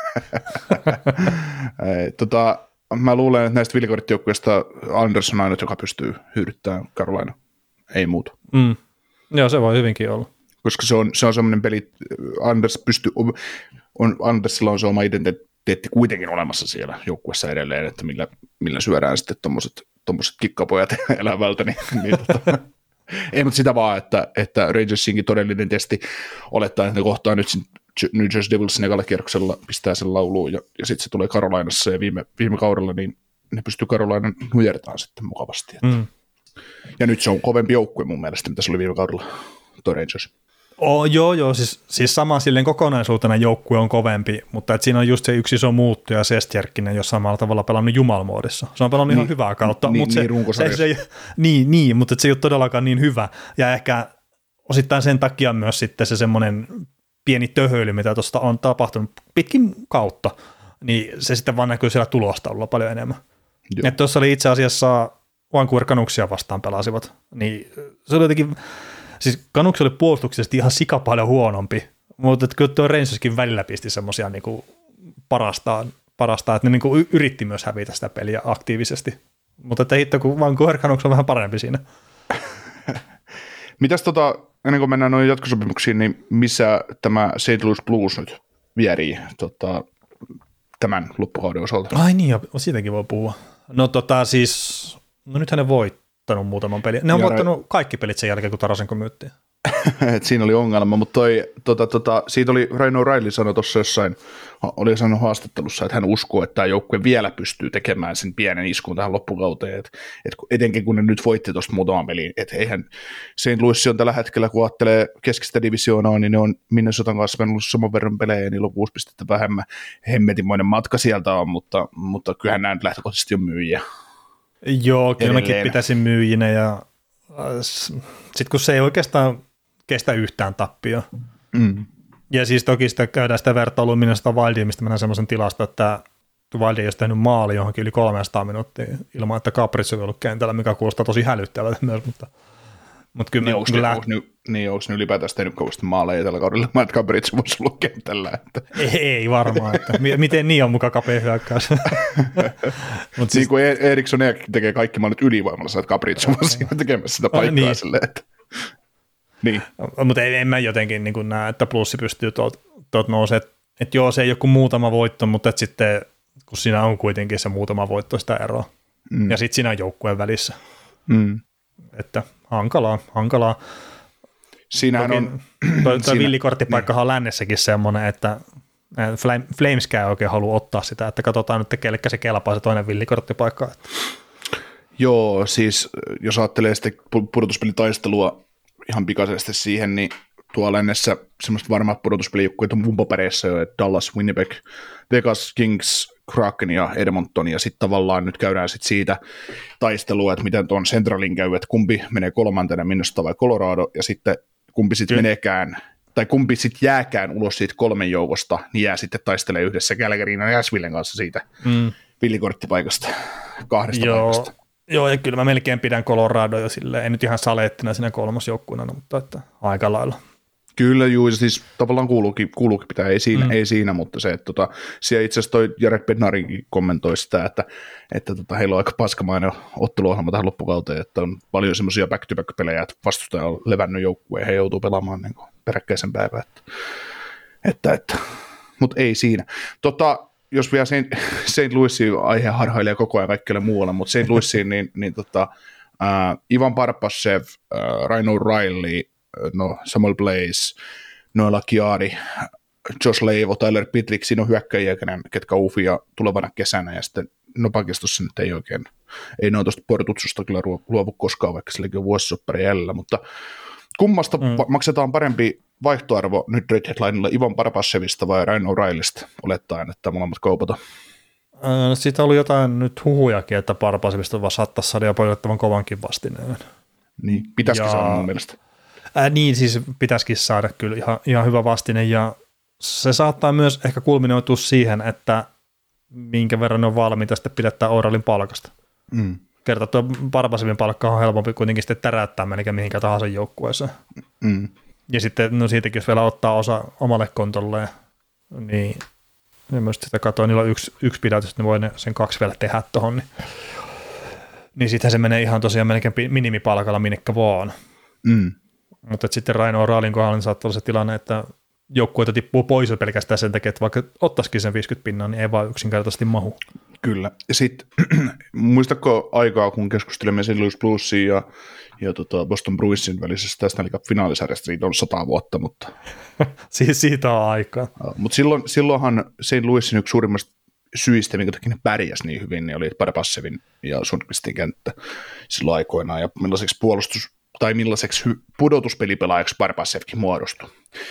Mä luulen, että näistä villikorttijoukkueista Anders on ainut, joka pystyy hyödyttämään Carolina. Ei muuta. Joo, se voi hyvinkin olla. Koska se on semmoinen peli, Andersilla on se oma identiteetti kuitenkin olemassa siellä joukkueessa edelleen, että millä syödään sitten tommoset kikkapojat elävältä. Ei, mutta sitä vaan, että Rangersinkin todellinen testi olettaa, että ne kohtaa nyt New Jersey Devilsin ekalla kierroksella, pistää sen lauluun ja sitten se tulee Carolinassa ja viime kaudella niin ne pystyy Carolinan nujertaan sitten mukavasti. Ja nyt se on kovempi joukkue mun mielestä, mitä se oli viime kaudella, tuo Rangers. Joo, siis sama silleen kokonaisuutena joukkue on kovempi, mutta et siinä on just se yksi iso muuttuja, Sestjärkkinen, jos samalla tavalla pelannut jumalmoodissa. Se on pelannut ihan hyvää kautta, mutta mutta se ei ole todellakaan niin hyvä. Ja ehkä osittain sen takia myös sitten se semmoinen pieni töhöily, mitä tuosta on tapahtunut pitkin kautta, niin se sitten vaan näkyy siellä tulostaululla paljon enemmän. Että tuossa oli itse asiassa Vancouver Canucksia vastaan pelasivat, niin se oli jotenkin, siis Canucks oli puolustuksisesti ihan sika paljon huonompi, mutta kyllä tuo Rangerskin välillä pisti semmoisia niinku parastaan, että ne niinku yritti myös hävitä sitä peliä aktiivisesti, mutta että hitto, kun Vancouver Canucks on vähän parempi siinä. Mitäs ennen kuin mennään noihin jatkosopimuksiin, niin missä tämä St. Louis Blues nyt vierii tämän loppukauden osalta? Ai niin, siitäkin voi puhua. No nythän ne voittanut muutaman pelin. Ne on voittanut kaikki pelit sen jälkeen, kun Tarasenko myyttiin. Siinä oli ongelma, mutta siitä oli Ryan O'Reilly sanoi tuossa jossain, oli sanonut haastattelussa, että hän uskoo, että tämä joukkue vielä pystyy tekemään sen pienen iskun tähän loppukauteen, että etenkin kun ne nyt voitti tuosta muutaman peliin, että eihän St. Louis on tällä hetkellä, kun ajattelee keskistä divisioonaa, niin ne on Minnesotan kanssa mennyt saman verran pelejä, ja niillä on 6 pistettä vähemmän. Hemmetimoinen matka sieltä on, mutta kyllähän nämä nyt lähtökohtaisesti on myyjiä. Joo, kyllä mäkin pitäisin myyjinä, ja sitten kun se ei oikeastaan kestä yhtään tappia. Ja siis toki sitä käydään sitä vertailua Minnesota Wildiin, mistä mennään semmoisen tilasta, että Wild ei olisi tehnyt maali johonkin yli 300 minuuttia ilman, että Kaprizov on ollut kentällä, mikä kuulostaa tosi hälyttävältä myös, mutta Mutta kyllä onko ne ylipäätään tehnyt kovasti maaleja tällä kaudella, että Gabriel voisi olla kentällä. Että. Ei varmaan, että miten niin on mukaan kapea hyökkäys. Niin siis, kuin Eriksson tekee kaikki maalit ylivoimalla, että Gabriel on siinä tekemässä sitä paikkaa niin. Silleen, että. Niin. Mutta en mä jotenkin niin näe, että plussi pystyy tuot nousee, että joo, se ei ole kuin muutama voitto, mutta että sitten kun siinä on kuitenkin se muutama voitto sitä eroa, ja sitten siinä on joukkueen välissä. Että hankalaa. Siinähän toki, on. Tuo villikorttipaikkahan on lännessäkin semmoinen, että Flameskään oikein halua ottaa sitä, että katsotaan nyt kellekä se kelpaa se toinen villikorttipaikka. Että. Joo, siis jos ajattelee sitten pudotuspelitaistelua ihan pikaisesti siihen, niin tuolla lännessä semmoista varmat pudotuspelijoukkueet on mun papereissa jo, että Dallas, Winnipeg, Vegas, Kings, Kraken ja Edmonton, ja sitten tavallaan nyt käydään sitten siitä taistelua, että miten tuon Centralin käy, että kumpi menee kolmantena, Minnesota vai Colorado, ja sitten kumpi sitten meneekään, tai kumpi sitten jääkään ulos siitä 3 joukosta, niin jää sitten taistelee yhdessä Calgaryn ja Nashvillen kanssa siitä villikorttipaikasta, 2 paikasta. Joo, ja kyllä mä melkein pidän Colorado jo silleen, ei nyt ihan saleettina siinä 3. joukkueena, mutta että aika lailla. Kyllä, juu, ja siis tavallaan kuuluukin pitää, ei siinä, mutta se, että siellä itse asiassa toi Jared Bednarinkin kommentoi sitä, että heillä on aika paskamainen otteluohjelma tähän loppukauteen, että on paljon semmoisia back-to-back-pelejä, että vastustaja on levännyt joukkueen, he joutuu pelaamaan niin peräkkäisen päivän, että mutta ei siinä. Jos vielä St. Louisin aihe harhailee koko ajan kaikkialle muualle, mutta St. Louisiin, niin Ivan Barbashev, Ryan O'Reilly, Samuel Blaze, Noel Acciari, Josh Leivo, Tyler Pitlick, siinä on hyökkäjiä, ketkä uufia tulevana kesänä, ja sitten pakistossa nyt ei ne ole tuosta Portutsusta kyllä luovu koskaan, vaikka silläkin on vuosisoppari jäljellä, mutta kummasta maksetaan parempi vaihtoarvo nyt Red Headlinella, Ivan Barbashevista vai Ryan O'Reillysta, olettaen, että molemmat kaupataan? Siitä oli jotain nyt huhujakin, että Barbashevista vaan saattaisi saada jopa yllättävän kovankin vastineen. Niin, pitäisikin saada mun mielestä. Niin, siis pitäisikin saada kyllä ihan hyvä vastine, ja se saattaa myös ehkä kulminoitua siihen, että minkä verran ne on valmiita sitten pidättää O'Reillyn palkasta. Kertaa tuo Barbashevin palkka on helpompi kuitenkin sitten täräyttää melkein mihinkä tahansa joukkueeseen. Ja sitten siitäkin, jos vielä ottaa osa omalle kontolleen, niin myös sitä katsoa, niillä on yksi pidätys, että ne voi sen 2 vielä tehdä tuohon, niin sittenhän se menee ihan tosiaan melkein minimipalkalla minnekä vaan. Mutta sitten Ryan O'Reillyn kohdalla niin saattaa olla se tilanne, että joukkueita tippuu pois pelkästään sen takia, että vaikka ottaisikin sen 50 pinnaa, niin ei vaan yksinkertaisesti mahu. Kyllä. Ja sitten muistatko aikaa, kun keskustelimme St. Louis Bluesin ja Boston Bruinsin välisestä Stanley Cup-finaalisarjasta, siitä on 100 vuotta, mutta. Siis siitä on aikaa. Mutta silloinhan St. Louisin yksi suurimmasta syistä, minkä takia ne pärjäsi niin hyvin, niin oli Barbashevin ja Sundqvistin kenttä silloin aikoinaan, ja millaiseksi pudotuspelipelaajaksi Barbashevkin muodostui.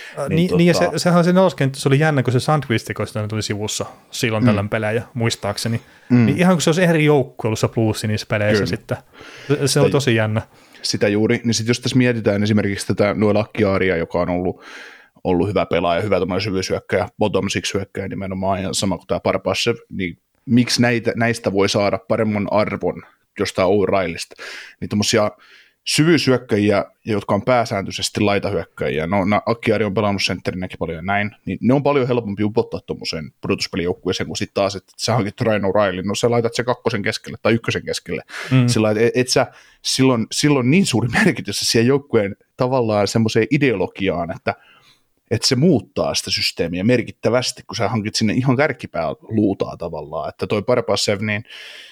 Ja sehän se nouskenttä, se oli jännä, kun se Sundqvist, kun sitä tuli sivussa silloin tällöin pelejä, muistaakseni. Niin ihan kun se olisi eri joukkue ollut se plussi niissä peleissä sitten. Se on tosi jännä. Sitä juuri. Niin sitten jos tässä mietitään esimerkiksi tätä Noel Acciaria, joka on ollut hyvä pelaaja, hyvä tämmöinen syvyysyökkäjä, bottom six hyökkäjä nimenomaan, ja sama kuin tämä Barbashev, niin miksi näistä voi saada paremman arvon jostain O'Reillystä? Niin tämmöisiä syvyysyökkäjiä, jotka on pääsääntöisesti laitahyökkäjiä, Acciari on pelannut sentterinäkin paljon ja näin, niin ne on paljon helpompi upottaa tuommoiseen pudotuspelijoukkueeseen, kun sitten taas, että sä hankit Ryan O'Reilly, no sä laitat se 2 keskelle tai 1 keskelle, sillä että silloin niin suuri merkitys siihen joukkueen tavallaan semmoiseen ideologiaan, että se muuttaa sitä systeemiä merkittävästi, kun sä hankit sinne ihan kärkipää luutaa tavallaan, että toi Barbashev, niin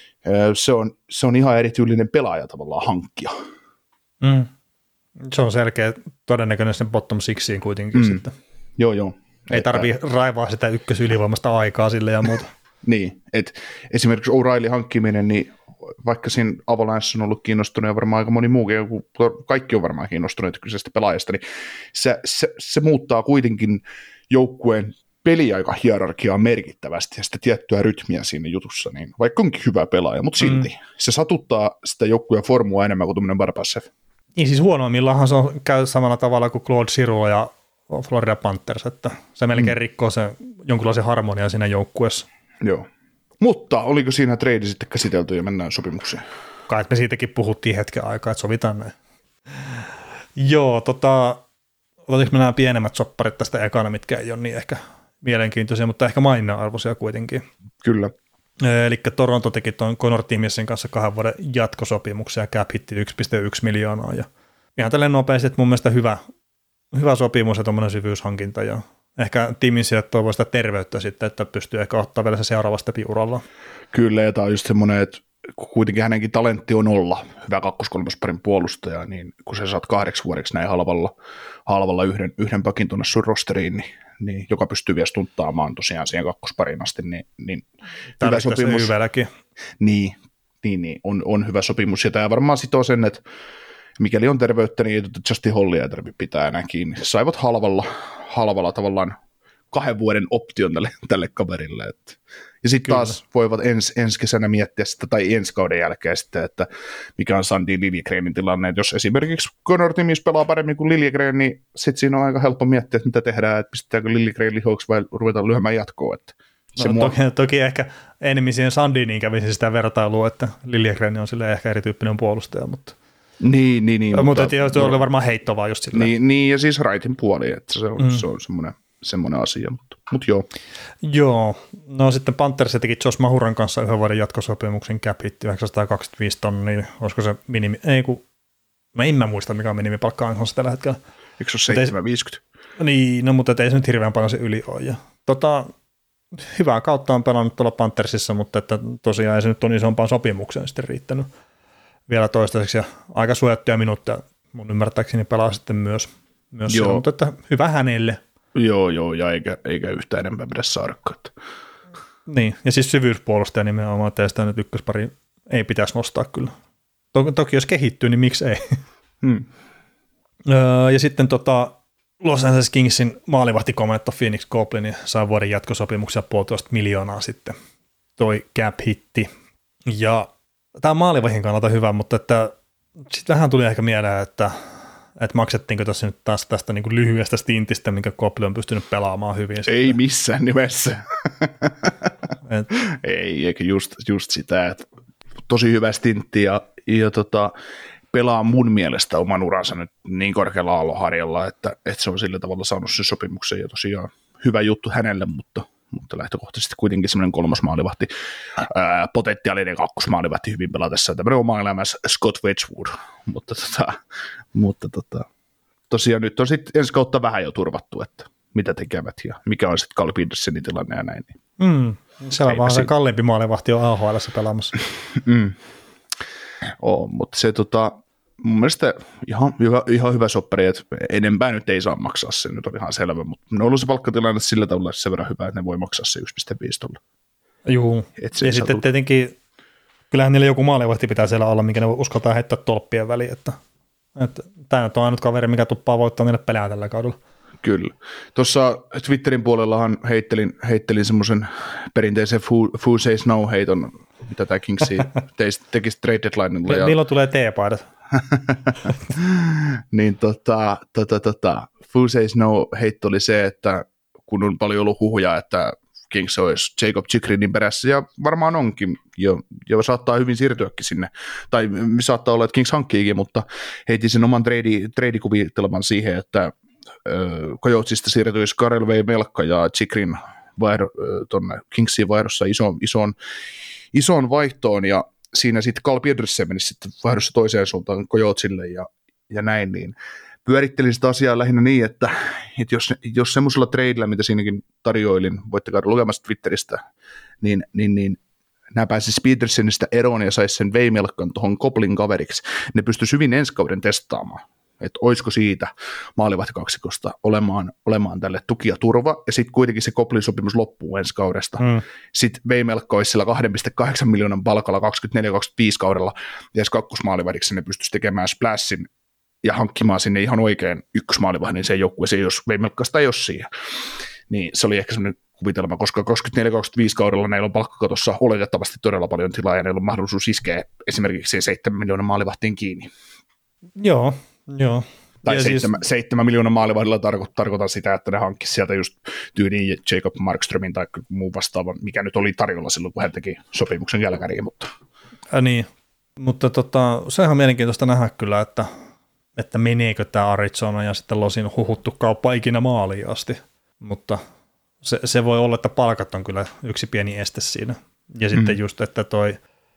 se on ihan erityylinen pelaaja tavallaan hankkia. Se on selkeä todennäköinen sen bottom sixiin kuitenkin sitten. Joo. Ei tarvii raivaa sitä ykkösylivoimasta aikaa sille ja muuta. Niin, että esimerkiksi O'Reilly hankkiminen, niin vaikka siinä Avalanche on ollut kiinnostunut ja varmaan aika moni muukin, kaikki on varmaan kiinnostuneet kyseisestä pelaajasta, niin se muuttaa kuitenkin joukkueen peliaikahierarkiaa merkittävästi ja sitä tiettyä rytmiä siinä jutussa, niin vaikka onkin hyvä pelaaja, mutta silti se satuttaa sitä joukkueen formua enemmän kuin tuommoinen Barbashev. Niin siis huonoimmillaanhan se käy samalla tavalla kuin Claude Giroux ja Florida Panthers, että se melkein rikkoo se jonkunlaisen harmonian siinä joukkueessa. Joo. Mutta oliko siinä trade sitten käsitelty ja mennään sopimukseen? Kai me siitäkin puhuttiin hetken aikaa, että sovitaan näin. Joo, otatko nämä pienemmät sopparit tästä ekana, mitkä ei ole niin ehkä mielenkiintoisia, mutta ehkä maininnan arvoisia kuitenkin. Kyllä. Eli Toronto teki tuon Conor Timmiesin kanssa 2 vuoden jatkosopimuksen ja cap hitti 1,1 miljoonaa. Ja ihan tälleen nopeasti, että mun mielestä hyvä sopimus ja tuommoinen syvyyshankinta. Ja ehkä Timmiesille toivoo sitä terveyttä sitten, että pystyy ehkä ottaa vielä se seuraava stepi uralla. Kyllä, ja tämä on just semmoinen, että kuitenkin hänenkin talentti on olla hyvä kakkoskolmosparin puolustaja, niin kun sä saat 8 vuodeksi näin halvalla yhden pakin tuonne sun rosteriin, niin joka pystyy vielä stunttaamaan tosiaan siihen kakkospariin asti, niin hyvä sopimus. Niin, on hyvä sopimus, ja tämä varmaan sitoo sen, että mikäli on terveyttä, niin Justin Hollia ei tarvitse pitää enää kiinni. Saivat halvalla tavallaan 2 vuoden option tälle kaverille. Ja sitten taas voivat ensi kesänä miettiä sitä, tai ensi kauden jälkeen sitten, että mikä on Sandy Liljegrenin tilanne. Et jos esimerkiksi Conor Timmis pelaa paremmin kuin Liljegren, niin sitten siinä on aika helppo miettiä, että mitä tehdään, että pistetäänkö Liljegren lihoiksi vai ruvetaan lyömään jatkoa. Toki ehkä enemmän siihen Sandyniin kävisi sitä vertailua, että Liljegren on silleen ehkä erityyppinen puolustaja, mutta... Niin. Mutta se oli varmaan heitto vaan just silleen. Niin, ja siis rightin puoli, että se on semmoinen asia, mutta joo. Joo, no sitten Panthers teki Josh Mahuran kanssa 1 vuoden jatkosopimuksen cap hitti 925 tonnia, olisiko se minimi, mä muista mikä on minimipalkka Anhossa tällä hetkellä. Eikö se ole 750? Niin, no mutta ei se nyt hirveän paljon se yli ole. Ja, hyvää kautta on pelannut tuolla Panthersissa, mutta että tosiaan ei se nyt on isompaan sopimukseen sitten riittänyt vielä toistaiseksi, ja aika suojattuja minuutteja mun ymmärtääkseni pelaa sitten myös siellä, mutta että hyvä hänelle. Joo, ja eikä yhtään enempää pidä saadakaan. Niin, ja siis syvyyspuolustaja nimenomaan teistä nyt ykköspari ei pitäisi nostaa kyllä. Toki jos kehittyy, niin miksi ei? Ja sitten Los Angeles Kingsin maalivahtikomento Phoenix Goblin sai vuoden jatkosopimuksia 1,5 miljoonaa sitten toi cap hitti. Ja tämä on maalivahdin kannalta hyvä, mutta sitten vähän tuli ehkä mieleen, että maksettiinko tässä nyt taas tästä niin kuin lyhyestä stintistä, minkä Goblin on pystynyt pelaamaan hyvin. Ei missään nimessä. Ei, eikä just sitä, että tosi hyvä stintti ja pelaa mun mielestä oman uransa nyt niin korkealla aallonharjalla, että se on sillä tavalla saanut sen sopimuksen ja tosiaan hyvä juttu hänelle, mutta lähtökohtaisesti kuitenkin semmoinen 3. maalivahti, potentiaalinen 2. maalivahti hyvin pelatessa, tämmöinen oma elämässä Scott Wedgwood, mutta tosiaan nyt on sitten ensi kautta vähän jo turvattu, että mitä tekevät ja mikä on sitten Carl Petersenin tilanne ja näin. Se on vaan se kalliimpi maalivahti on AHL:ssä pelaamassa. Mutta se mun mielestä ihan hyvä soppari, että enempää nyt ei saa maksaa, se nyt on ihan selvä, mutta ne on ollut se palkkatilanne sillä tavalla sen verran hyvä, että ne voi maksaa se 1,5 $. Juu, ja sitten tietenkin kyllähän niillä joku maalivahti pitää siellä olla, minkä ne uskaltaa heittää tolppien väliin, että tämä on ainut kaveri, mikä tuppaa voittaa niille pelejä tällä kaudella. Kyllä. Tuossa Twitterin puolellahan heittelin semmoisen perinteisen Who Says No-heiton, mitä tämä Kingsi tekisi trade deadlinella. Milloin tulee T-paidat? Niin Who Says No-heitto oli se, että kun on paljon ollut huhuja, että Kings olisi Jacob Chykrinin perässä, ja varmaan onkin, jo saattaa hyvin siirtyäkin sinne, tai saattaa olla, että Kings hankkiikin, mutta heitin sen oman treidikuvitelman siihen, että Coyotesista siirtyisi Karel Veimelka ja Chikrin tuonne Kingsiin vaihdossa isoon vaihtoon, ja siinä sitten Carl Pedersen menisi sitten vaihdossa toiseen suuntaan Coyotesille ja näin, niin pyörittelin sitä asiaa lähinnä niin, että jos semmoisella tradeillä, mitä siinäkin tarjoilin, voitte käydä lukemassa Twitteristä, niin nämä pääsisi Petersenistä eroon ja saisi sen Veimelkan tuohon Goblin kaveriksi, ne pystyisi hyvin ensi kauden testaamaan, että olisiko siitä maalivahtikaksikosta olemaan tälle tuki ja turva, ja sitten kuitenkin se Goblin sopimus loppuu ensi kaudesta. Sitten Veimelka olisi sillä 2,8 miljoonan palkalla 24-25 kaudella, ja jos kakkosmaalivahdiksi ne pystyisi tekemään splashin ja hankkimaan sinne ihan oikein ykkösmaalivahdin sen joukkueeseen, jos Veimelkasta ei ole siihen. Niin se oli ehkä semmoinen kuvitelma, koska 24-25 kaudella näillä on palkkakatossa oletettavasti todella paljon tilaa, ja neillä on mahdollisuus iskeä esimerkiksi 7 miljoonan maalivahtiin kiinni. Joo. Tai 7 miljoonan maalivahdilla tarkoitan sitä, että ne hankkisivat sieltä just tyyliin Jacob Markströmin tai muu vastaavan, mikä nyt oli tarjolla silloin, kun hän teki sopimuksen jälkäriin. Niin, mutta se on ihan mielenkiintoista nähdä kyllä, että että meneekö tämä Arizona ja sitten Losin huhuttu kauppa ikinä maaliin asti, mutta se voi olla, että palkat on kyllä yksi pieni este siinä. Ja sitten just, että toi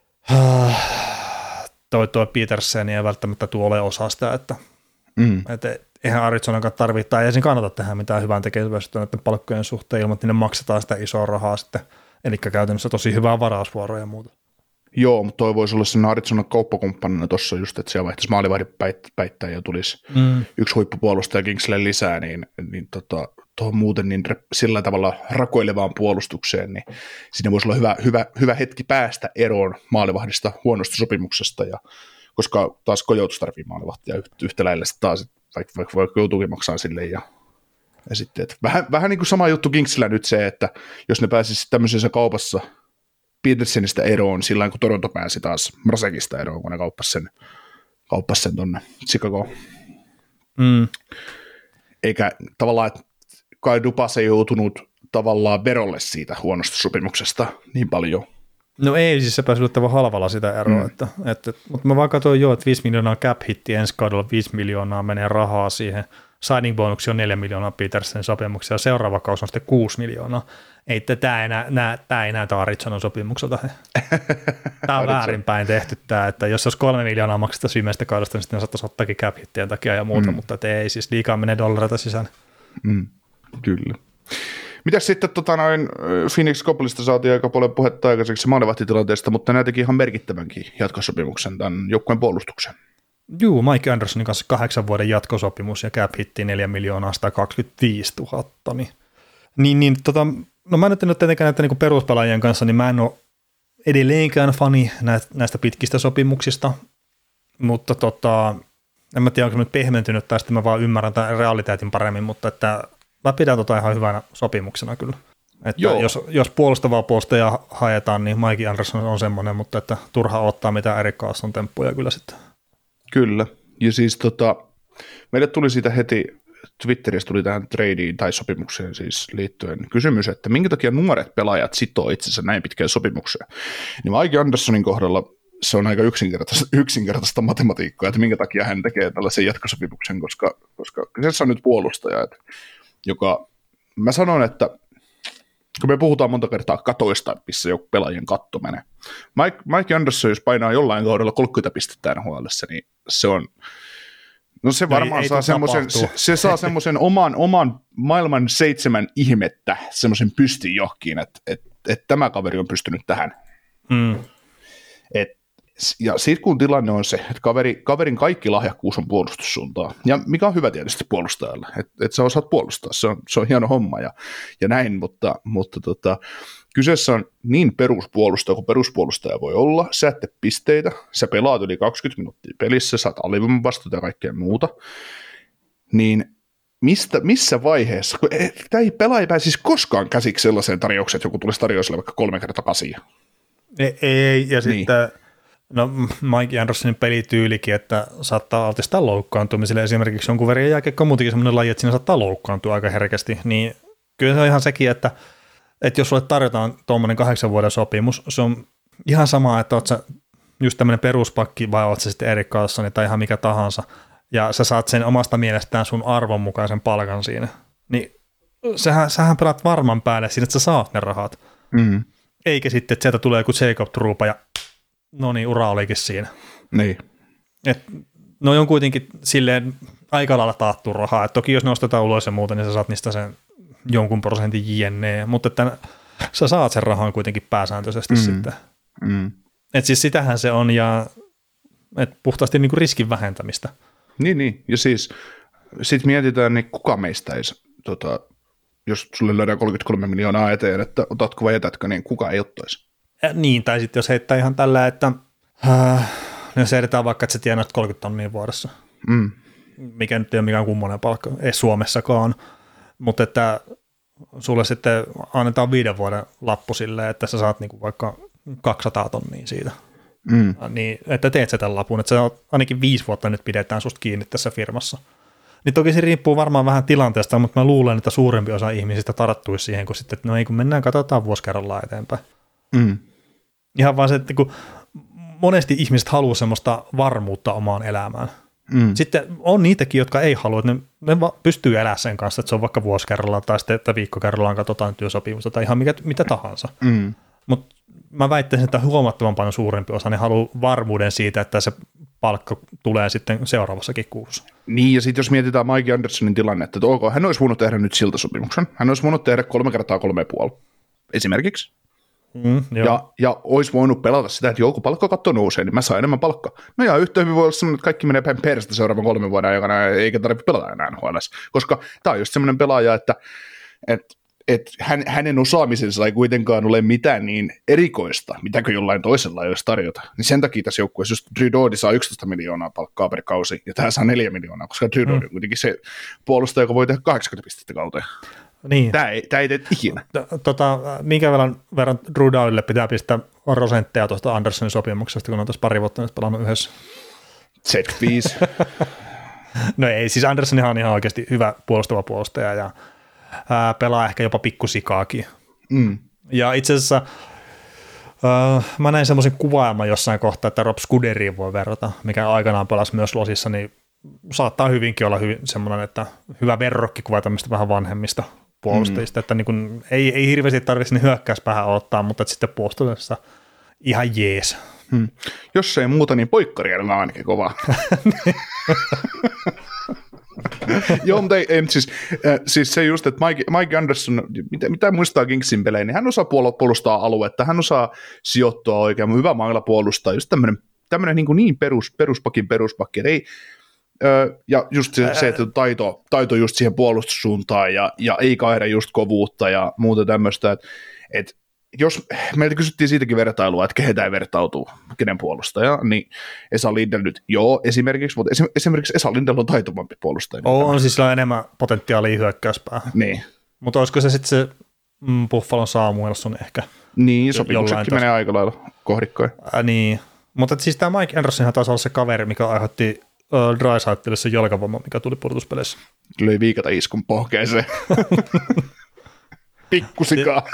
Petersen ei välttämättä ole osa sitä, että eihän Arizonakaan tarvitse, tai ei sen kannata tehdä mitään hyvän tekeväisyyttä näiden palkkojen suhteen ilman, että ne maksetaan sitä isoa rahaa sitten, eli käytännössä tosi hyvää varausvuoroa ja muuta. Joo, mutta toi voisi olla sellainen Arizonan kauppakumppanina tuossa just, että siellä vaihtaisi maalivahdin päittää ja tulisi yksi huippupuolustaja Kingsley lisää, niin tuohon muuten niin sillä tavalla rakoilevaan puolustukseen, niin siinä voisi olla hyvä hetki päästä eroon maalivahdista huonosta sopimuksesta, ja koska taas Coyotes tarvitsee maalivahtia yhtä lailla taas, vaikka joutuukin maksamaan silleen, ja sitten, että vähän niin kuin sama juttu Kingsillä nyt se, että jos ne pääsisi tämmöisessä kaupassa Petersenistä eroon, sillä kun Toronto pääsi taas Mrazekista eroon, kun ne kauppasi sen tonne Chicagoon. Eikä tavallaan, että Kyle Dubas ei joutunut tavallaan verolle siitä huonosta sopimuksesta niin paljon. No ei, siis se pääsi yllättävän halvalla sitä eroa, mutta mä vaan katsoin jo, että 5 miljoonaa cap hitti ensi kaudella, 5 miljoonaa menee rahaa siihen, signing bonuksia on 4 miljoonaa Petersen sopimuksia, seuraava kausi on sitten 6 miljoonaa. Ei, tämä ei näytä Arizonan sopimukselta. Tämä on väärinpäin tehty tämä, että jos olisi 3 miljoonaa maksettaisiin viimeistä kaudesta, niin sitten saattaisi ottaakin cap hittien takia ja muuta, mutta ei siis liikaa menee dollareita sisään. Kyllä. Mitäs sitten Phoenix Coplista saatiin aika paljon puhetta aikaiseksi maalivahtitilanteesta, mutta näytäkin ihan merkittävänkin jatkosopimuksen tämän joukkueen puolustuksen. Juu, Mike Andersonin kanssa 8 vuoden jatkosopimus ja cap hitti 4 125 000. No mä en nyt tietenkään näitä niinku peruspelaajien kanssa, niin mä en ole edelleenkään fani näistä pitkistä sopimuksista, mutta en mä tiedä, onko mä nyt pehmentynyt tai sitten mä vaan ymmärrän tämän realiteetin paremmin, mutta että mä pidän ihan hyvänä sopimuksena kyllä. Että jos puolustavaa puolustajaa haetaan, niin Mike Anderson on semmoinen, mutta että turha ottaa mitään Erik Karlsson temppuja kyllä sitten. Kyllä, ja siis meille tuli siitä heti, Twitterissä tuli tähän tradeen tai sopimukseen siis liittyen kysymys, että minkä takia nuoret pelaajat sitoo itsensä näin pitkään sopimukseen. Niin Mike Andersonin kohdalla se on aika yksinkertaista matematiikkaa, että minkä takia hän tekee tällaisen jatkosopimuksen, koska kyseessä on nyt puolustaja, joka, mä sanon, että kun me puhutaan monta kertaa katoista, missä joku pelaajien katto menee. Mike Anderson, jos painaa jollain kohdalla 30 pistettä NHL:ssä, niin se on, no se varmaan saa semmoisen oman maailman 7 ihmettä, semmoisen pystin johkiin, että tämä kaveri on pystynyt tähän. Ja sitten kun tilanne on se, että kaverin kaikki lahjakkuus on puolustussuuntaan, ja mikä on hyvä tietysti puolustajalle, että sä osaat puolustaa, se on hieno homma ja näin, mutta kyseessä on niin peruspuolustaja kuin peruspuolustaja voi olla, sä et tee pisteitä, sä pelaat yli 20 minuuttia pelissä, sä oot alivoiman vastuuta ja kaikkea muuta, niin missä vaiheessa, kun tämä pelaaja ei pääsisi koskaan käsiksi sellaiseen tarjoukseen, että joku tulisi tarjousille vaikka 3 kertaa 8. Ei, ja sitten no Mike Andersonin pelityylikin, että saattaa altistaa loukkaantumiselle. Esimerkiksi jonkun verran jääkiekko on muutenkin sellainen laji, että siinä saattaa loukkaantua aika herkästi. Niin kyllä se on ihan sekin, että jos sulle tarjotaan tuommoinen 8 vuoden sopimus, se on ihan sama, että oot sä just tämmöinen peruspakki vai oot sä sitten Erik Karlsson tai ihan mikä tahansa. Ja sä saat sen omasta mielestään sun arvon mukaisen palkan siinä. Niin sähän pelaat varman päälle siinä, että sä saat ne rahat. Eikä sitten, että sieltä tulee joku Jacob Trouba ja no niin, ura olikin siinä. Niin. No on kuitenkin silleen aika lailla taattu rahaa. Et toki jos nostetaan ulos ja muuta, niin sä saat niistä sen jonkun prosentin jne. Mutta että sä saat sen rahan kuitenkin pääsääntöisesti sitten. Et siis sitähän se on ja puhtaasti niinku riskin vähentämistä. Niin. Ja siis sit mietitään, niin kuka meistä ei jos sulle löydään 33 miljoonaa eteen, että otatko vai jätätkö, niin kuka ei ottaisi? Niin, tai sitten jos heittää ihan tällä, että jos heitetään vaikka, että sä tienaat 30 000 vuodessa, mikä nyt ei ole mikään kummonen palkka, ei Suomessakaan, mutta että sulle sitten annetaan 5 vuoden lappu silleen, että sä saat niinku vaikka 200 000 siitä. Niin, että teet sä tämän lapun, että sä ainakin 5 vuotta nyt pidetään susta kiinni tässä firmassa. Niin toki se riippuu varmaan vähän tilanteesta, mutta mä luulen, että suurempi osa ihmisistä tarttuisi siihen, kun sitten, että no ei kun mennään, katsotaan vuosi kerrallaan eteenpäin. Ihan vaan se, että kun monesti ihmiset haluaa semmoista varmuutta omaan elämään. Sitten on niitäkin, jotka ei halua, että ne pystyy elämään sen kanssa, että se on vaikka vuosi kerrallaan tai sitten, että viikko kerrallaan katsotaan työsopimusta tai ihan mitä tahansa. Mutta mä väittäisin, että huomattavan paljon suurempi osa ne haluaa varmuuden siitä, että se palkka tulee sitten seuraavassakin kuussa. Niin, ja sitten jos mietitään Mike Andersonin tilannetta, että ok, hän olisi voinut tehdä nyt siltasopimuksen. Hän olisi voinut tehdä 3 kertaa 3,5 esimerkiksi. Ja olisi voinut pelata sitä, että kun palkkakatto nousee, niin mä saan enemmän palkkaa. No ja yhtä hyvin voi olla sellainen, että kaikki menee päin perästä seuraavan 3 vuoden aikana, eikä tarvitse pelata enää NHL:ssä. Koska tämä on just semmoinen pelaaja, että hänen osaamisensa ei kuitenkaan ole mitään niin erikoista, mitäkö jollain toisella ei olisi tarjota. Niin sen takia tässä joukkueessa just Drew Doughty saa 11 miljoonaa palkkaa per kausi, ja tämä saa 4 miljoonaa, koska Drew Doughty on kuitenkin se puolustaja, joka voi tehdä 80 pistettä kauteen. Niin. Tämä ei tee ikinä. Minkä verran Drew Doughtylle pitää pistää prosentteja tuosta Andersonin sopimuksesta, kun on tässä pari vuotta pelannut yhdessä? 75. No ei, siis Andersonihan on ihan oikeasti hyvä puolustava puolustaja ja pelaa ehkä jopa pikkusikaakin. Ja itse asiassa mä näin semmoisen kuvaaman jossain kohtaa, että Rob Scuderiin voi verrata, mikä aikanaan pelasi myös Losissa, niin saattaa hyvinkin olla semmoinen, että hyvä verrokki tämmöistä vähän vanhemmista puolustajista, että niin kun, ei hirveästi tarvitse hyökkäyspäähän ottaa, mutta sitten puolustuksessa ihan jees. Jos ei muuta, niin poikkari on ainakin kovaa. Joo, mutta siis se just, että Mike Anderson, mitä muistaa Kingsin pelejä, niin hän osaa puolustaa aluetta, hän osaa sijoittua oikein, hyvä mailla puolustaa, just tämmöinen niin peruspakki, ei, ja just se että taito just siihen puolustussuuntaan, ja ei kaihda just kovuutta ja muuta tämmöistä, että jos meiltä kysyttiin siitäkin vertailua, että kehetään vertautuu, kenen puolustaja, niin Esa Lindell nyt esimerkiksi, mutta esimerkiksi Esa Lindell on taitavampi puolustaja. On siis sillä enemmän potentiaalia hyökkäyspäähän. Niin. Mutta olisiko se sitten se Buffalon Samuelson ehkä? Niin, sopimuksetkin menee aika lailla kohdikkoin. Niin, mutta siis tämä Mike Andersonhan taisi olla se kaveri, mikä aiheutti Draisaitlille se jalkavamma, mikä tuli pudotuspeleissä. Löi viikata iskun pohkeeseen. Pikkusikaa.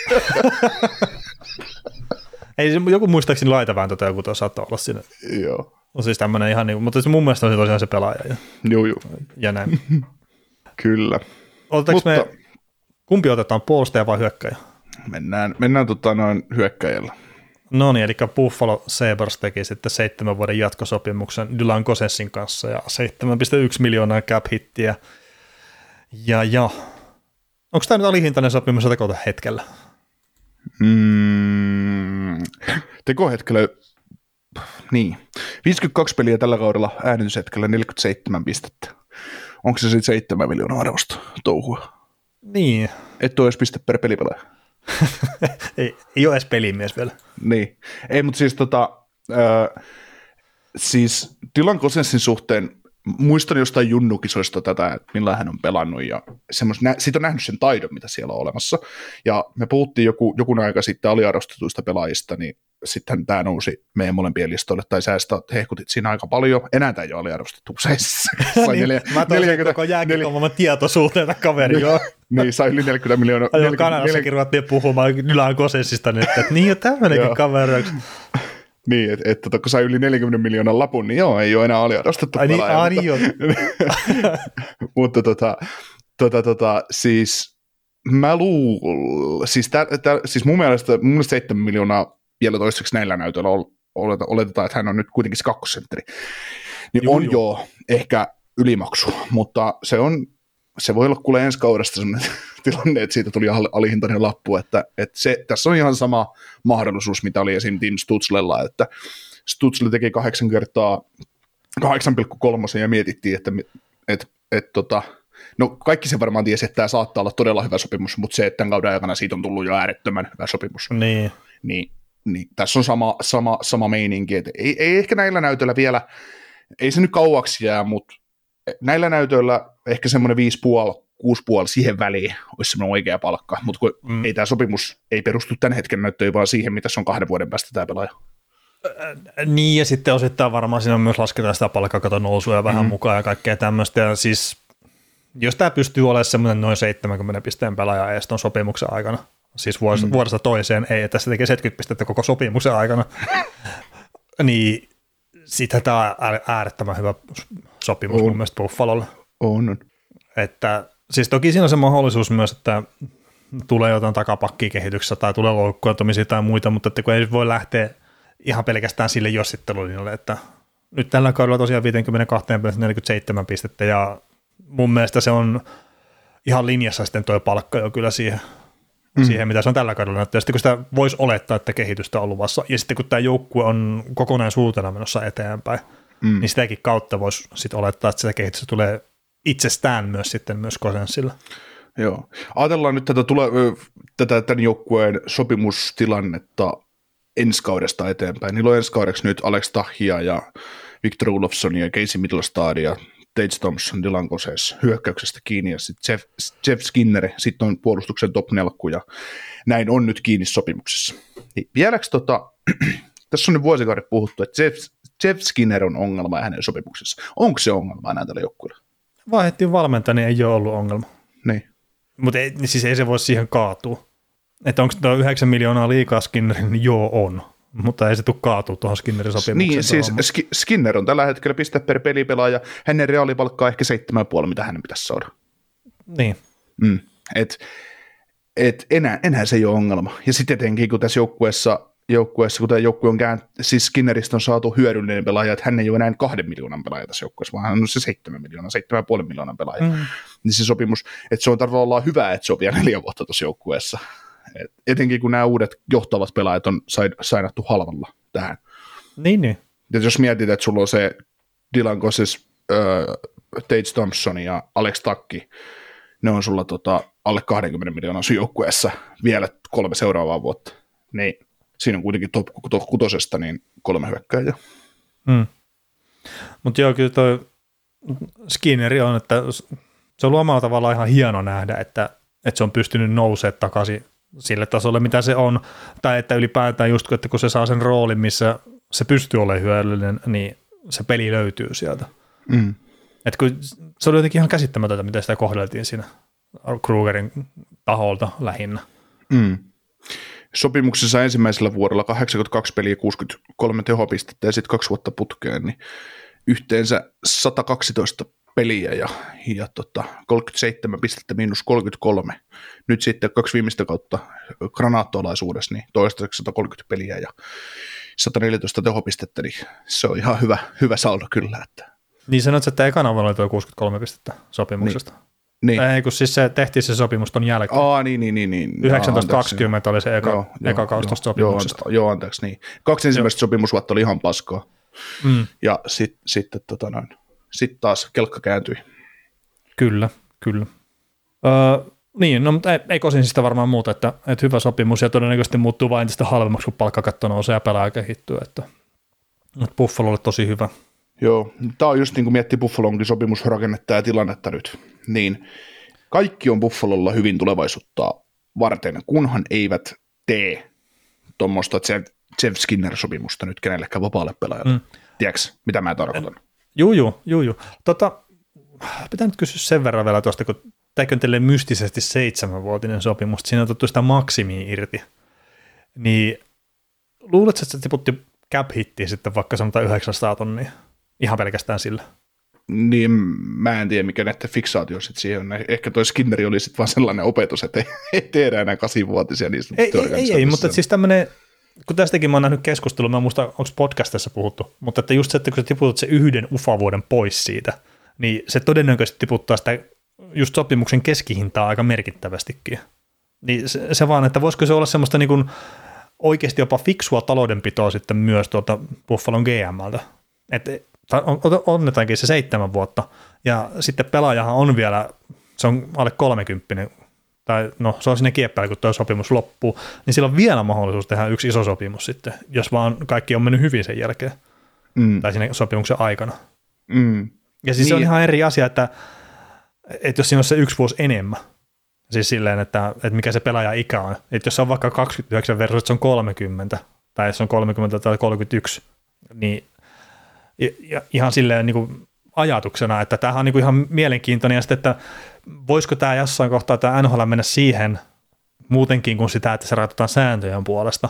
Ei joku muistaakseni laitavääntö tai joku tuo saattaa olla siinä. Joo. On siis tämmöinen ihan niin, mutta mun mielestä on se tosiaan se pelaaja. Joo. Ja näin. Kyllä. Kumpi otetaan, puolustaja vai hyökkäjä? Mennään noin hyökkäjällä. No niin, eli Buffalo Sabres teki sitten 7 vuoden jatkosopimuksen Dylan Gossesin kanssa ja 7,1 miljoonaa cap-hittiä. Ja onko tämä nyt alihintainen sopimus tekohetkellä? Tekohetkellä, niin. 52 peliä tällä kaudella, äänityshetkellä 47 pistettä. Onko se sitten 7 miljoonaa arvosta touhua? Niin. Et ole edes piste per pelipelaaja. ei ole edes pelimies vielä. Niin. Ei, mutta siis Dylan Gossesin suhteen muistan jostain junnukisoista tätä, että millä hän on pelannut ja siitä on nähnyt sen taidon, mitä siellä on olemassa. Ja me puhuttiin joku aika sitten aliarvostetuista pelaajista, niin sitten tämä nousi meidän molempien listoille, tai sä hehkutit siinä aika paljon. Enää tämä ei ole aliarvostettu. Mä toisin koko jääkiekon tietoisuuteen kaveri. Niin, sai yli 40 miljoonaa. Kanadassakin ruvettiin puhumaan Dylan Gossesista nyt, että niin on tämmöinenkin kaveri. Niin, että kun sai yli 40 miljoonan lapun, niin joo, ei ole enää aliarvostettu pelaaja. Mutta siis mä luulen, siis mun mielestä 7 miljoonaa vielä toiseksi näillä näytöillä oletetaan, että hän on nyt kuitenkin se kakkosentteri. Niin on joo ehkä ylimaksu, mutta se voi olla kuule ensi kaudesta sellainen tilanne, että siitä tuli alihintainen lappu, että tässä on ihan sama mahdollisuus, mitä oli esim. Tim Stutzlella, että Stutzle teki 8 kertaa 8,3 ja mietittiin, että no kaikki se varmaan tiesi, että tämä saattaa olla todella hyvä sopimus, mutta se, että tämän kauden aikana siitä on tullut jo äärettömän hyvä sopimus. Niin tässä on sama meininki, että ei ehkä näillä näytöillä vielä, ei se nyt kauaksi jää, mutta näillä näytöillä ehkä semmoinen 5,5-6,5 siihen väliin olisi semmoinen oikea palkka, mutta kun ei tämä sopimus ei perustu tämän hetken näyttöön, vaan siihen, mitä se on 2 vuoden päästä tämä pelaaja. Niin, ja sitten osittain varmaan siinä myös lasketaan sitä palkkakaton nousua vähän mukaan ja kaikkea tämmöistä, ja siis jos tämä pystyy olemaan semmoinen noin 70 pisteen pelaaja edes ton sopimuksen aikana, siis vuodesta toiseen, ei, että se tekee 70 pistettä koko sopimuksen aikana, niin Sitä tämä on äärettömän hyvä sopimus mun mielestä Buffalolle. On. Että, siis toki siinä on se mahdollisuus myös, että tulee jotain takapakkikehityksessä tai tulee loukkuantumisia tai muita, mutta että kun ei voi lähteä ihan pelkästään sille jossittelulinjalle, että nyt tällä kaudella tosiaan 52 pelissä 47 pistettä ja mun mielestä se on ihan linjassa sitten tuo palkka jo kyllä siihen, mitä se on tällä kaudella näyttää. Sitten kun sitä voisi olettaa, että kehitystä on luvassa ja sitten kun tämä joukkue on kokonaisuutena menossa eteenpäin, niin sitäkin kautta voisi sitten olettaa, että sitä kehitystä tulee itsestään myös Cousensilla. Joo. Ajatellaan nyt tätä tämän joukkueen sopimustilannetta ensi kaudesta eteenpäin. Niillä on ensi kaudeksi nyt Alex Tahia ja Victor Olofsson ja Casey Mittelstadt ja Tage Thompson, Dylan Goses hyökkäyksestä kiinni ja sitten Jeff Skinner, sitten on puolustuksen top 4 ja näin on nyt kiinni sopimuksessa. Niin vieläks tässä on nyt vuosikaudet puhuttu, että Jeff Skinner on ongelma hänen sopimuksessa. Onko se ongelma enää tällä joukkueella? Vaihdettiin valmentaja, niin ei ole ollut ongelma. Niin. Mutta siis ei se voi siihen kaatua. Että onko tuo 9 miljoonaa liikaa Skinnerin, niin joo on. Mutta ei se tule kaatua tuohon Skinnerin sopimukseen. Niin, siis Skinner on tällä hetkellä piste per pelipelaaja. Hänen reaalipalkka on ehkä 7,5, mitä hänen pitäisi saada. Niin. Enää se ei ole ongelma. Ja sitten etenkin, kun tässä joukkueessa kun tämä joukkue on siis Skinneristä on saatu hyödyllinen pelaaja, että hän ei ole enää 2 miljoonan pelaaja tässä joukkueessa, vaan hän on se 7,5 miljoonan pelaaja. Niin se sopimus, että se on tavallaan hyvä, että se on vielä 4 vuotta tuossa joukkueessa. Etenkin kun nämä uudet johtavat pelaajat on sainattu halvalla tähän. Niin. Ja jos mietit, että sulla on se Dylan Goses, Tage Thompson ja Alex Takki, ne on sulla alle 20 miljoonan sun joukkueessa vielä 3 seuraavaa vuotta. Niin siinä on kuitenkin top 6 niin 3 hyökkääjää. Mutta joo, kyllä toi Skinneri on, että se on omalla tavallaan ihan hieno nähdä, että se on pystynyt nousemaan takaisin sille tasolle, mitä se on, tai että ylipäätään just, että kun se saa sen roolin, missä se pystyy olemaan hyödyllinen, niin se peli löytyy sieltä. Että kun se oli jotenkin ihan käsittämätöntä, miten sitä kohdeltiin siinä Krugerin taholta lähinnä. Sopimuksessa ensimmäisellä vuodella 82 peliä, 63 tehopistettä ja sitten 2 vuotta putkeen, niin yhteensä 112 peliä ja 37 pistettä miinus 33. Nyt sitten 2 viimeistä kautta granaattoalaisuudessa, niin toistaiseksi 130 peliä ja 114 tehopistettä, niin se on ihan hyvä saldo kyllä. Että. Niin sanoit, että ekana vuonna oli tuo 63 pistettä sopimuksesta. Niin. Ei, kun siis se tehtiin se sopimus ton jälkeen. Niin. 1920 oli se eka kausi tuosta sopimuksesta. Joo, anteeksi, niin. 2 ensimmäistä sopimusvuotta oli ihan paskaa. Ja sitten taas kelkka kääntyi. Kyllä. Niin, no mutta ei kosin sitä varmaan muuta, että hyvä sopimus ja todennäköisesti muuttuu vain entistä halvemmaksi, kun palkkakatto nousee ja pelaaja kehittyy, että Buffalolle tosi hyvä. Joo, tämä on just niin kuin miettii Buffalonkin sopimusrakennetta ja tilannetta nyt, niin kaikki on Buffalolla hyvin tulevaisuutta varten, kunhan eivät tee tuommoista Jeff Skinner-sopimusta nyt kenellekään vapaalle pelaajalle. Tiedätkö, mitä mä tarkoitan? Juu. Pitää nyt kysyä sen verran vielä tuosta, kun teille mystisesti 7-vuotinen sopimus, siinä on otettu sitä maksimia irti, niin luuletko, että se tiputti cap-hittiin sitten vaikka sanotaan 900 tonnia, ihan pelkästään sillä? Niin, mä en tiedä, mikä näiden fiksaatio sitten siihen on. Ehkä toi Skinneri oli sitten vaan sellainen opetus, että ei tehdä enää 8-vuotisia niistä. Ei, mutta siis tämmöinen, kun tästäkin mä oon nähnyt keskustelua, mä en muista, onko podcastissa puhuttu, mutta että just se, että kun sä tiputat se 1 UFA-vuoden pois siitä, niin se todennäköisesti tiputtaa sitä just sopimuksen keskihintaa aika merkittävästikin. Niin se vaan, että voisiko se olla semmoista niin kuin oikeasti jopa fiksua taloudenpitoa sitten myös tuolta Buffalon GM:ltä. Että onnetaankin se 7 vuotta, ja sitten pelaajahan on vielä, se on alle 30, tai no se on sinne kieppeillä, kun tuo sopimus loppuu, niin sillä on vielä mahdollisuus tehdä yksi iso sopimus sitten, jos vaan kaikki on mennyt hyvin sen jälkeen, tai siinä sopimuksen aikana. Ja siis niin. Se on ihan eri asia, että jos siinä on se 1 vuosi enemmän, siis silleen, että mikä se pelaaja ikä on, että jos se on vaikka 29 versus, että se on 30, tai jos se on 30 tai 31, niin ja ihan silleen niin kuin ajatuksena, että tämähän on niin kuin ihan mielenkiintoinen, ja sitten, että voisiko tämä jossain kohtaa tämä NHL mennä siihen muutenkin kuin sitä, että se rajoitetaan sääntöjen puolesta,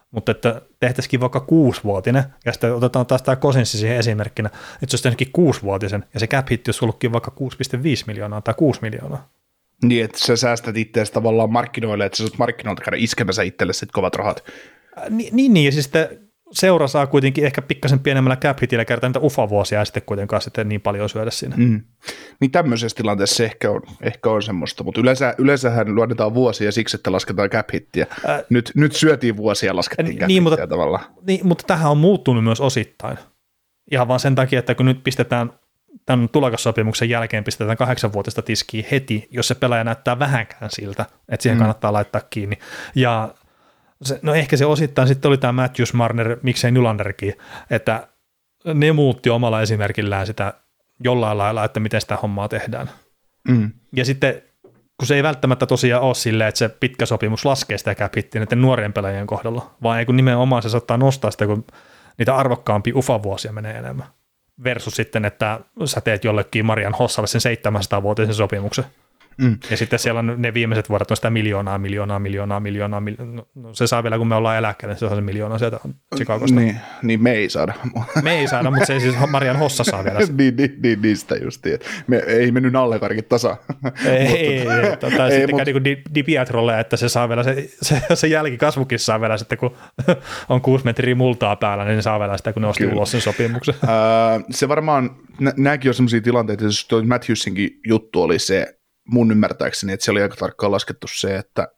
mutta että tehtäisikin vaikka 6-vuotinen, ja sitten otetaan taas tämä Cousins siihen esimerkkinä, että se olisi tehnytkin 6-vuotisen, ja se cap hit olisi ollutkin vaikka 6,5 miljoonaa tai 6 miljoonaa. Niin, että sä säästät itseäsi tavallaan markkinoille, että sä saat markkinoilta käydä iskemässä itselle sit kovat rahat. Niin, ja siis sitten seura saa kuitenkin ehkä pikkasen pienemmällä cap hitillä kertaa niitä ufa-vuosia ja sitten kuitenkaan sitten niin paljon syödä siinä. Niin tämmöisessä tilanteessa se ehkä on semmoista, mutta yleensähän luodetaan vuosia siksi, että lasketaan cap hittiä. Nyt syötiin vuosia ja laskettiin cap hittiä tavallaan. Niin, mutta tähän on muuttunut myös osittain. Ihan vaan sen takia, että kun nyt pistetään tämän tulakassopimuksen jälkeen pistetään 8-vuotista tiskiä heti, jos se pelaaja näyttää vähänkään siltä, että siihen kannattaa laittaa kiinni. Ja no ehkä se osittain sitten oli tämä Matthews, Marner, miksei Nylanderkin, että ne muutti omalla esimerkillään sitä jollain lailla, että miten sitä hommaa tehdään. Ja sitten, kun se ei välttämättä tosiaan ole silleen, että se pitkä sopimus laskee sitä cap-hittiä näiden nuorien pelaajien kohdalla, vaan ei kun nimenomaan se saattaa nostaa sitä, kun niitä arvokkaampia ufa-vuosia menee enemmän. Versus sitten, että sä teet jollekin Marian Hossalle sen 700-vuotisen sopimuksen. Ja sitten siellä on ne viimeiset vuodet on sitä miljoonaa. No, se saa vielä, kun me ollaan eläkkeellä, niin se on se miljoona sieltä Chicagosta. Niin me ei saada. Me ei saada, mutta se ei siis Marian Hossa saa vielä. niin sitä justiin. Ei mennyt nallekarkit tasa. Ei sittenkään niin Di Pietrolle, että se saa vielä, se jälkikasvukin saa vielä sitten, kun on 6 metriä multaa päällä, niin se saa vielä sitä, kun ne osti ulos sen sopimuksen. Se varmaan, nämäkin on sellaisia tilanteita, jos toi Matthewsinkin juttu oli se, mun ymmärtääkseni, että se oli aika tarkkaan laskettu se, että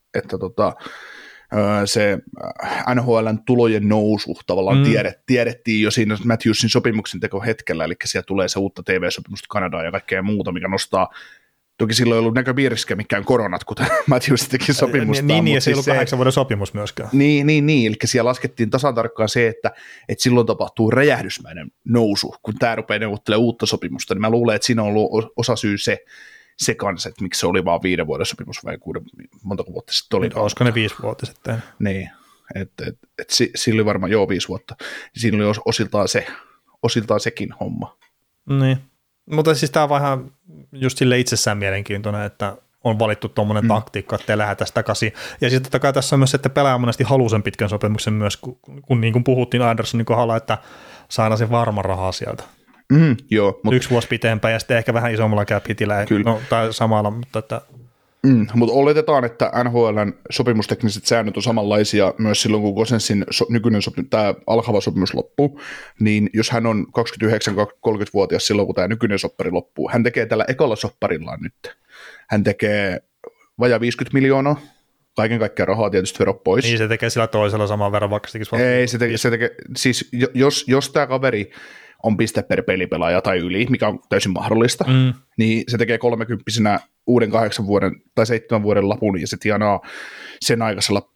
se NHL:n tulojen nousu tavallaan tiedettiin jo siinä Matthewsin sopimuksen teko hetkellä, eli siellä tulee se uutta TV-sopimusta Kanadaan ja kaikkea muuta, mikä nostaa, toki silloin ei ollut näköpiiriskään mikään koronat, kun Matthews teki sopimustaan. Niin, ja se ei ollut 8 vuoden sopimus myöskään. Niin, eli siellä laskettiin tasan tarkkaan se, että silloin tapahtuu räjähdysmäinen nousu, kun tämä rupeaa neuvottelemaan uutta sopimusta, niin mä luulen, että siinä on ollut osasyy se kanssa, että miksi se oli vaan 5 vuoden sopimus vai 6, montako vuotta sitten oli. Olisiko ne 5 vuotta sitten? Niin, että sillä oli varmaan 5 vuotta. Siinä oli osiltaan sekin homma. Niin, mutta siis tämä on vähän just sille itsessään mielenkiintoinen, että on valittu tuommoinen taktiikka, että ei lähdetä takaisin. Ja sitten totta kai tässä on myös, että pelaaja monesti haluaa sen pitkän sopimuksen myös, kun niin kuin puhuttiin Andersonin kohdalla, että saadaan se varma rahaa sieltä. Joo, 1 vuosi pitempään ja sitten ehkä vähän isommalla cap-hitillä, no, tai samalla, mutta että... Mutta oletetaan, että NHL:n sopimustekniset säännöt on samanlaisia myös silloin, kun Cousinsin nykyinen tämä alkava sopimus loppuu, niin jos hän on 29-30-vuotias silloin, kun tämä nykyinen soppari loppuu, hän tekee tällä ekalla sopparillaan nyt. Hän tekee vajaa 50 miljoonaa, kaiken kaikkiaan rahaa tietysti verot pois. Niin se tekee sillä toisella saman verran, vaikka se tekee, siis jos tämä kaveri on piste per pelipelaaja tai yli, mikä on täysin mahdollista, niin se tekee 30-vuotiaana uuden 8 vuoden tai 7 vuoden lapun, ja se tienaa sen aikaisella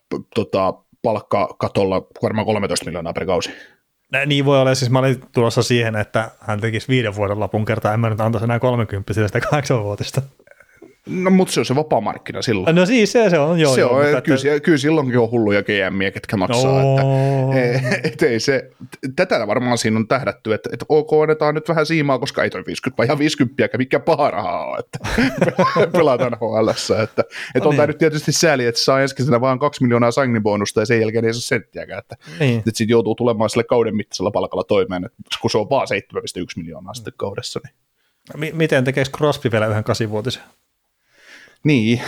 palkkakatolla varmaan 13 miljoonaa per kausi. Niin voi olla, siis mä olin tulossa siihen, että hän tekisi 5 vuoden lapun kertaa, en mä nyt antaisi enää 30 sitä 8-vuotista. No, mutta se on se vapaa markkina silloin. No siis se on, joo. Se on, kyllä silloinkin on hulluja GM:iä, ketkä maksaa. Että ei se, tätä varmaan siinä on tähdätty, että ok, annetaan nyt vähän siimaa, koska ei toi 50 vai ihan 50, eikä mikään paha rahaa ole, että pelataan HL:ssä. Että on niin. Tämä nyt tietysti sääli, että saa ensi kesänä vaan 2 miljoonaa signing-bonusta ja sen jälkeen ei saa senttiäkään. Että sitten joutuu tulemaan sille kauden mittaisella palkalla toimeen, että kun se on vaan 7,1 miljoonaa sitten kaudessa. Niin. Miten tekeekö Crosby vielä yhden 8-vuotisen? Niin.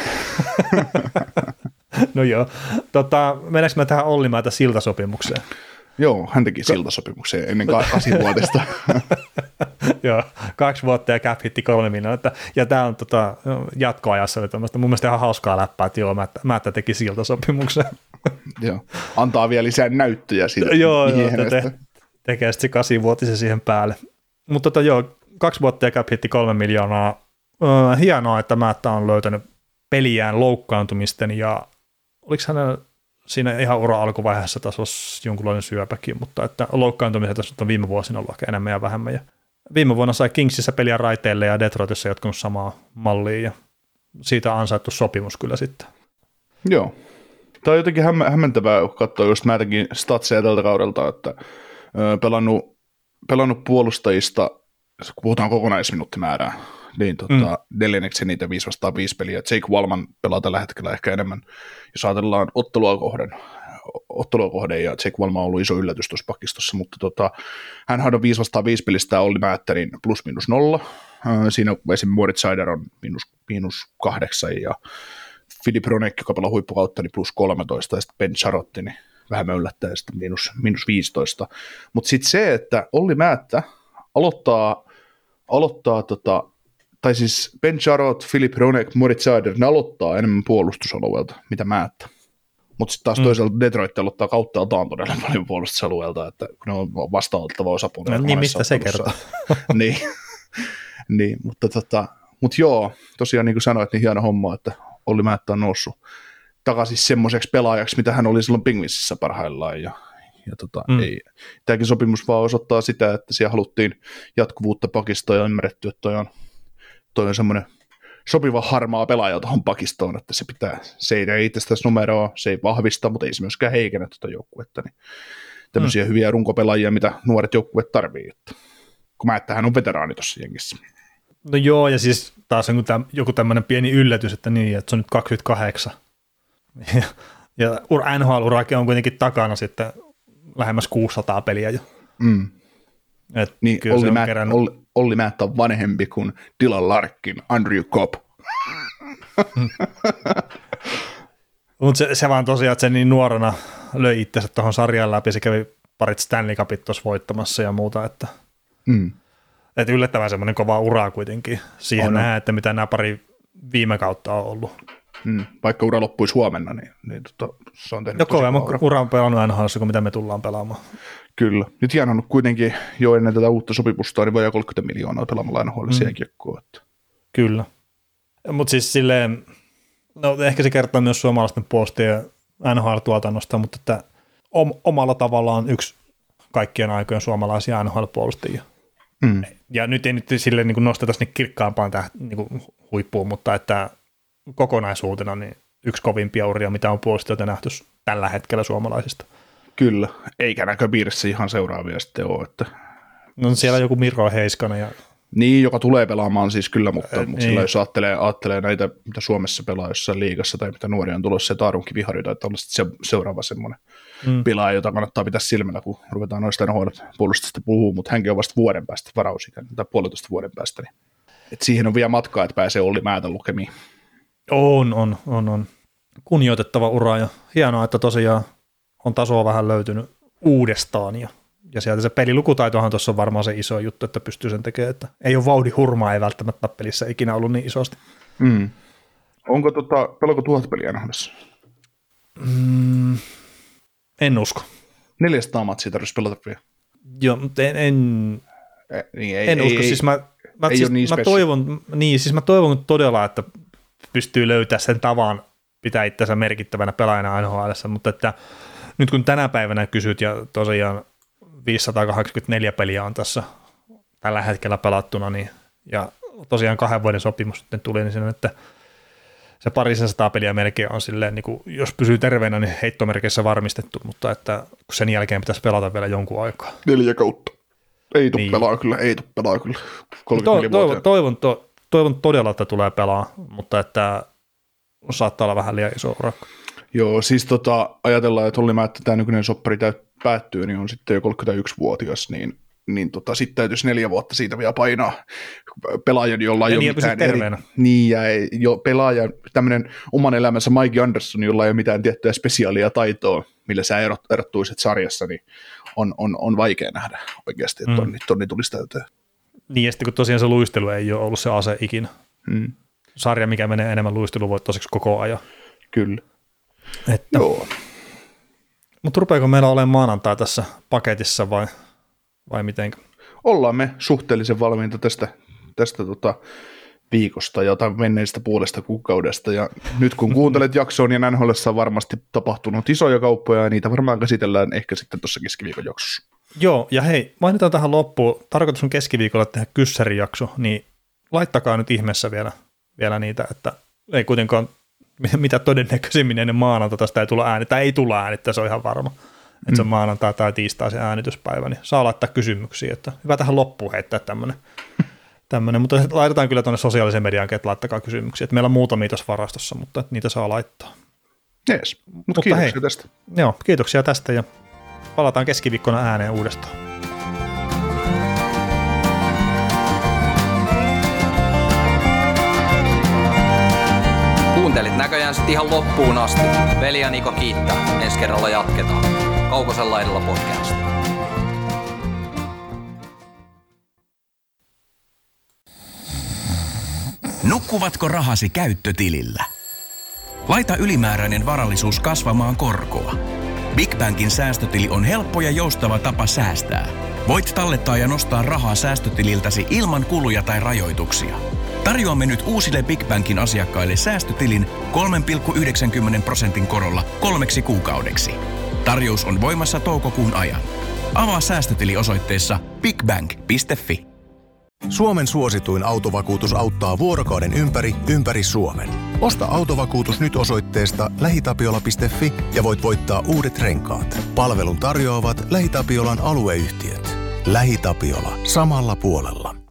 No joo. Mennäänkö me tähän Ollimäitä siltasopimukseen? Joo, hän teki siltasopimukseen ennen 8-vuotista. Joo, 2 vuotta ja cap hitti 3 miljoonaa. Ja tämä on jatkoajassa oli mun mielestä ihan hauskaa läppää, että joo, Määttä teki siltasopimuksen. Joo, antaa vielä lisää näyttöjä siitä. Joo, tekee sitten se 8-vuotisen siihen päälle. Mutta joo, 2 vuotta ja cap hitti 3 miljoonaa. Hienoa, että Määttä on löytänyt peliään loukkaantumisten ja oliko hänellä siinä ihan ura alkuvaiheessa taas olisi jonkunlainen syöpäkin, mutta että loukkaantumisia tässä on viime vuosina ollut ehkä enemmän ja vähemmän. Ja viime vuonna sai Kingsissä peliä raiteille ja Detroitissa jatkunut samaa mallia ja siitä on ansaittu sopimus kyllä sitten. Joo. Tämä on jotenkin hämmentävää, kun katsoo just Määtäkin statseja tältä kaudelta, että pelannut puolustajista, kun puhutaan kokonaisminuuttimäärää, niin neljänneksi niitä 5-5 peliä. Jake Walman pelaa tällä hetkellä ehkä enemmän, jos ajatellaan ottelua kohden ottelua kohden, ja Jake Valma on ollut iso yllätys tuossa pakistossa, mutta hänhän on 5-5 pelistä Olli Määttärin +-0, siinä esimerkiksi Moritz Seider on -8, ja Filip Hronek, joka pelaa huippukautta, niin +13, ja sitten Ben Charotti, niin vähän möllättää, ja sitten -15. Mutta sitten se, että Olli Määttä aloittaa tai siis Ben Charot, Filip Hronek, Moritz Seider, ne aloittaa enemmän puolustusalueelta, mitä Määttä. Mutta sitten taas toisaalta Detroit aloittaa kauttaan todella paljon puolustusalueelta, että kun ne on vastaanottava osapuoli. No niin, mistä se kertoo? niin, mutta joo, tosiaan niin kuin sanoit, niin hieno homma, että Olli Määttä on noussut takaisin semmoiseksi pelaajaksi, mitä hän oli silloin Penguinsissä parhaillaan, tämäkin sopimus vaan osoittaa sitä, että siellä haluttiin jatkuvuutta pakistoon ja ymmärretty, että toi on semmoinen sopiva harmaa pelaaja tuohon pakistoon, että se ei itsestäsi numeroa, se ei vahvista, mutta ei se myöskään heikennä tuota joukkuetta. Niin tämmöisiä hyviä runkopelaajia, mitä nuoret joukkueet tarvii. Kun hän on veteraani tuossa jengissä. No joo, ja siis taas on joku tämmöinen pieni yllätys, että se on nyt 28. Ja NHL-urake on kuitenkin takana sitten lähemmäs 600 peliä jo. Niin Olli Määttä on vanhempi kuin Dylan Larkin, Andrew Copp. Mutta se vaan tosiaan, että se niin nuorena löi itsensä tuohon sarjan läpi, se kävi parit Stanley Cupit tuossa voittamassa ja muuta, että yllättävän semmoinen kova ura kuitenkin. Siihen nähdään, että mitä nämä pari viime kautta on ollut. Vaikka ura loppuisi huomenna, niin se on tehnyt tosi kovemman ura on pelannut NHL:ssä kuin mitä me tullaan pelaamaan. Kyllä. Nyt Jan on kuitenkin jo ennen tätä uutta sopimusta, niin voi 30 miljoonaa pelaamalla NHL:ssä kiekkoa. Kyllä. Mutta siis silleen, no ehkä se kertoo myös suomalaisten puolustien NHL-tuotannosta, mutta että omalla tavallaan yksi kaikkien aikojen suomalaisia NHL-puolustajia. Ja nyt ei silleen niin nosteta sinne kirkkaampaan niin huippuun, mutta että kokonaisuutena niin yksi kovimpia uria, mitä on puolustajalta nähty tällä hetkellä suomalaisista. Kyllä, eikä näköpiirissä ihan seuraavia sitten ole. Että no siellä on joku Miro Heiskanen. Niin, joka tulee pelaamaan siis kyllä, mutta sillä jos ajattelee näitä, mitä Suomessa pelaa jossain liigassa tai mitä nuoria on tulossa, se Taarun Kiviharju tai se seuraava semmoinen pelaaja, jota kannattaa pitää silmällä, kun ruvetaan noista puolustasta puhua, mutta hänkin on vasta vuoden päästä varausikäinen tai 1,5 vuoden päästä. Niin. Et siihen on vielä matkaa, että pääsee Olli Määtän lukemiin. On. Kunnioitettava ura ja hienoa, että tosiaan on tasoa vähän löytynyt uudestaan ja sieltä se pelilukutaitohan tuossa on varmaan se iso juttu, että pystyy sen tekemään, että ei ole vauhdihurmaa, ei välttämättä pelissä ikinä ollut niin isosti. Onko pelako 1000 peliä nähdessä? En usko. 400 matsia tarvitsisi pelata vielä. Joo, mutta en usko. Mä toivon todella, että pystyy löytämään sen tavan pitää itsensä merkittävänä pelaajana NHL:ssä, mutta että nyt kun tänä päivänä kysyt ja tosiaan 584 peliä on tässä tällä hetkellä pelattuna, niin, ja tosiaan 2 vuoden sopimus sitten tuli, niin sen, että se 200 peliä melkein on silleen, niin kuin, jos pysyy terveenä, niin heittomerkeissä varmistettu, mutta että sen jälkeen pitäisi pelata vielä jonkun aikaa. 4 kautta. Ei tule pelaa kyllä. 34-vuotiaana. Toivon todella, että tulee pelaa, mutta että saattaa olla vähän liian iso urakka. Joo, siis ajatellaan, että Olli Määttä tämä nykyinen soppari päättyy, niin on sitten jo 31-vuotias, niin sitten täytyisi 4 vuotta siitä vielä painaa pelaajan, jolla ei ole mitään terveenä. Pelaaja, tämmöinen oman elämänsä Mike Anderson, jolla ei ole mitään tiettyä spesiaalia taitoa, millä sä erottuisit sarjassa, niin on vaikea nähdä oikeasti, että tonni tulisi täyteen. Niin, ja sitten kun tosiaan se luistelu ei ole ollut se ase ikinä. Sarja, mikä menee enemmän luisteluvoittoiseksi koko ajan. Kyllä. Joo. Mutta rupeako meillä olemaan maanantai tässä paketissa vai mitenkä? Ollaan me suhteellisen valmiita tästä viikosta ja menneistä puolesta kuukaudesta. Ja nyt kun kuuntelet jaksoon, ja NHL:ssä on varmasti tapahtunut isoja kauppoja, ja niitä varmaan käsitellään ehkä sitten tuossa keskiviikon jaksossa. Joo, ja hei, mainitaan tähän loppuun. Tarkoitus on keskiviikolla tehdä kyssärijakso, niin laittakaa nyt ihmeessä vielä niitä, että ei kuitenkaan mitä todennäköisimmin ennen maanantaita tästä ei tulla ääni, tai ei tulla äänittää, se on ihan varma. Että se on maanantai tai tiistai se äänityspäivä, niin saa laittaa kysymyksiä, että hyvä tähän loppuun heittää tämmöinen, mutta laitetaan kyllä tuonne sosiaalisen mediaan, että laittakaa kysymyksiä, että meillä on muutamia tässä varastossa, mutta niitä saa laittaa. Jees, mutta kiitoksia hei, tästä. Joo, kiitoksia tästä ja palataan keskiviikkona ääneen uudestaan. Kuuntelit näköjään sit ihan loppuun asti. Veli ja Niko kiittää. Ensi kerralla jatketaan. Kaukosen laidalla podcast. Nukkuvatko rahasi käyttötilillä? Laita ylimääräinen varallisuus kasvamaan korkoa. Big Bankin säästötili on helppo ja joustava tapa säästää. Voit tallettaa ja nostaa rahaa säästötililtäsi ilman kuluja tai rajoituksia. Tarjoamme nyt uusille Big Bankin asiakkaille säästötilin 3,90% korolla 3 kuukaudeksi. Tarjous on voimassa toukokuun ajan. Avaa säästötili osoitteessa bigbank.fi. Suomen suosituin autovakuutus auttaa vuorokauden ympäri Suomen. Osta autovakuutus nyt osoitteesta lähitapiola.fi ja voit voittaa uudet renkaat. Palvelun tarjoavat LähiTapiolan alueyhtiöt. LähiTapiola. Samalla puolella.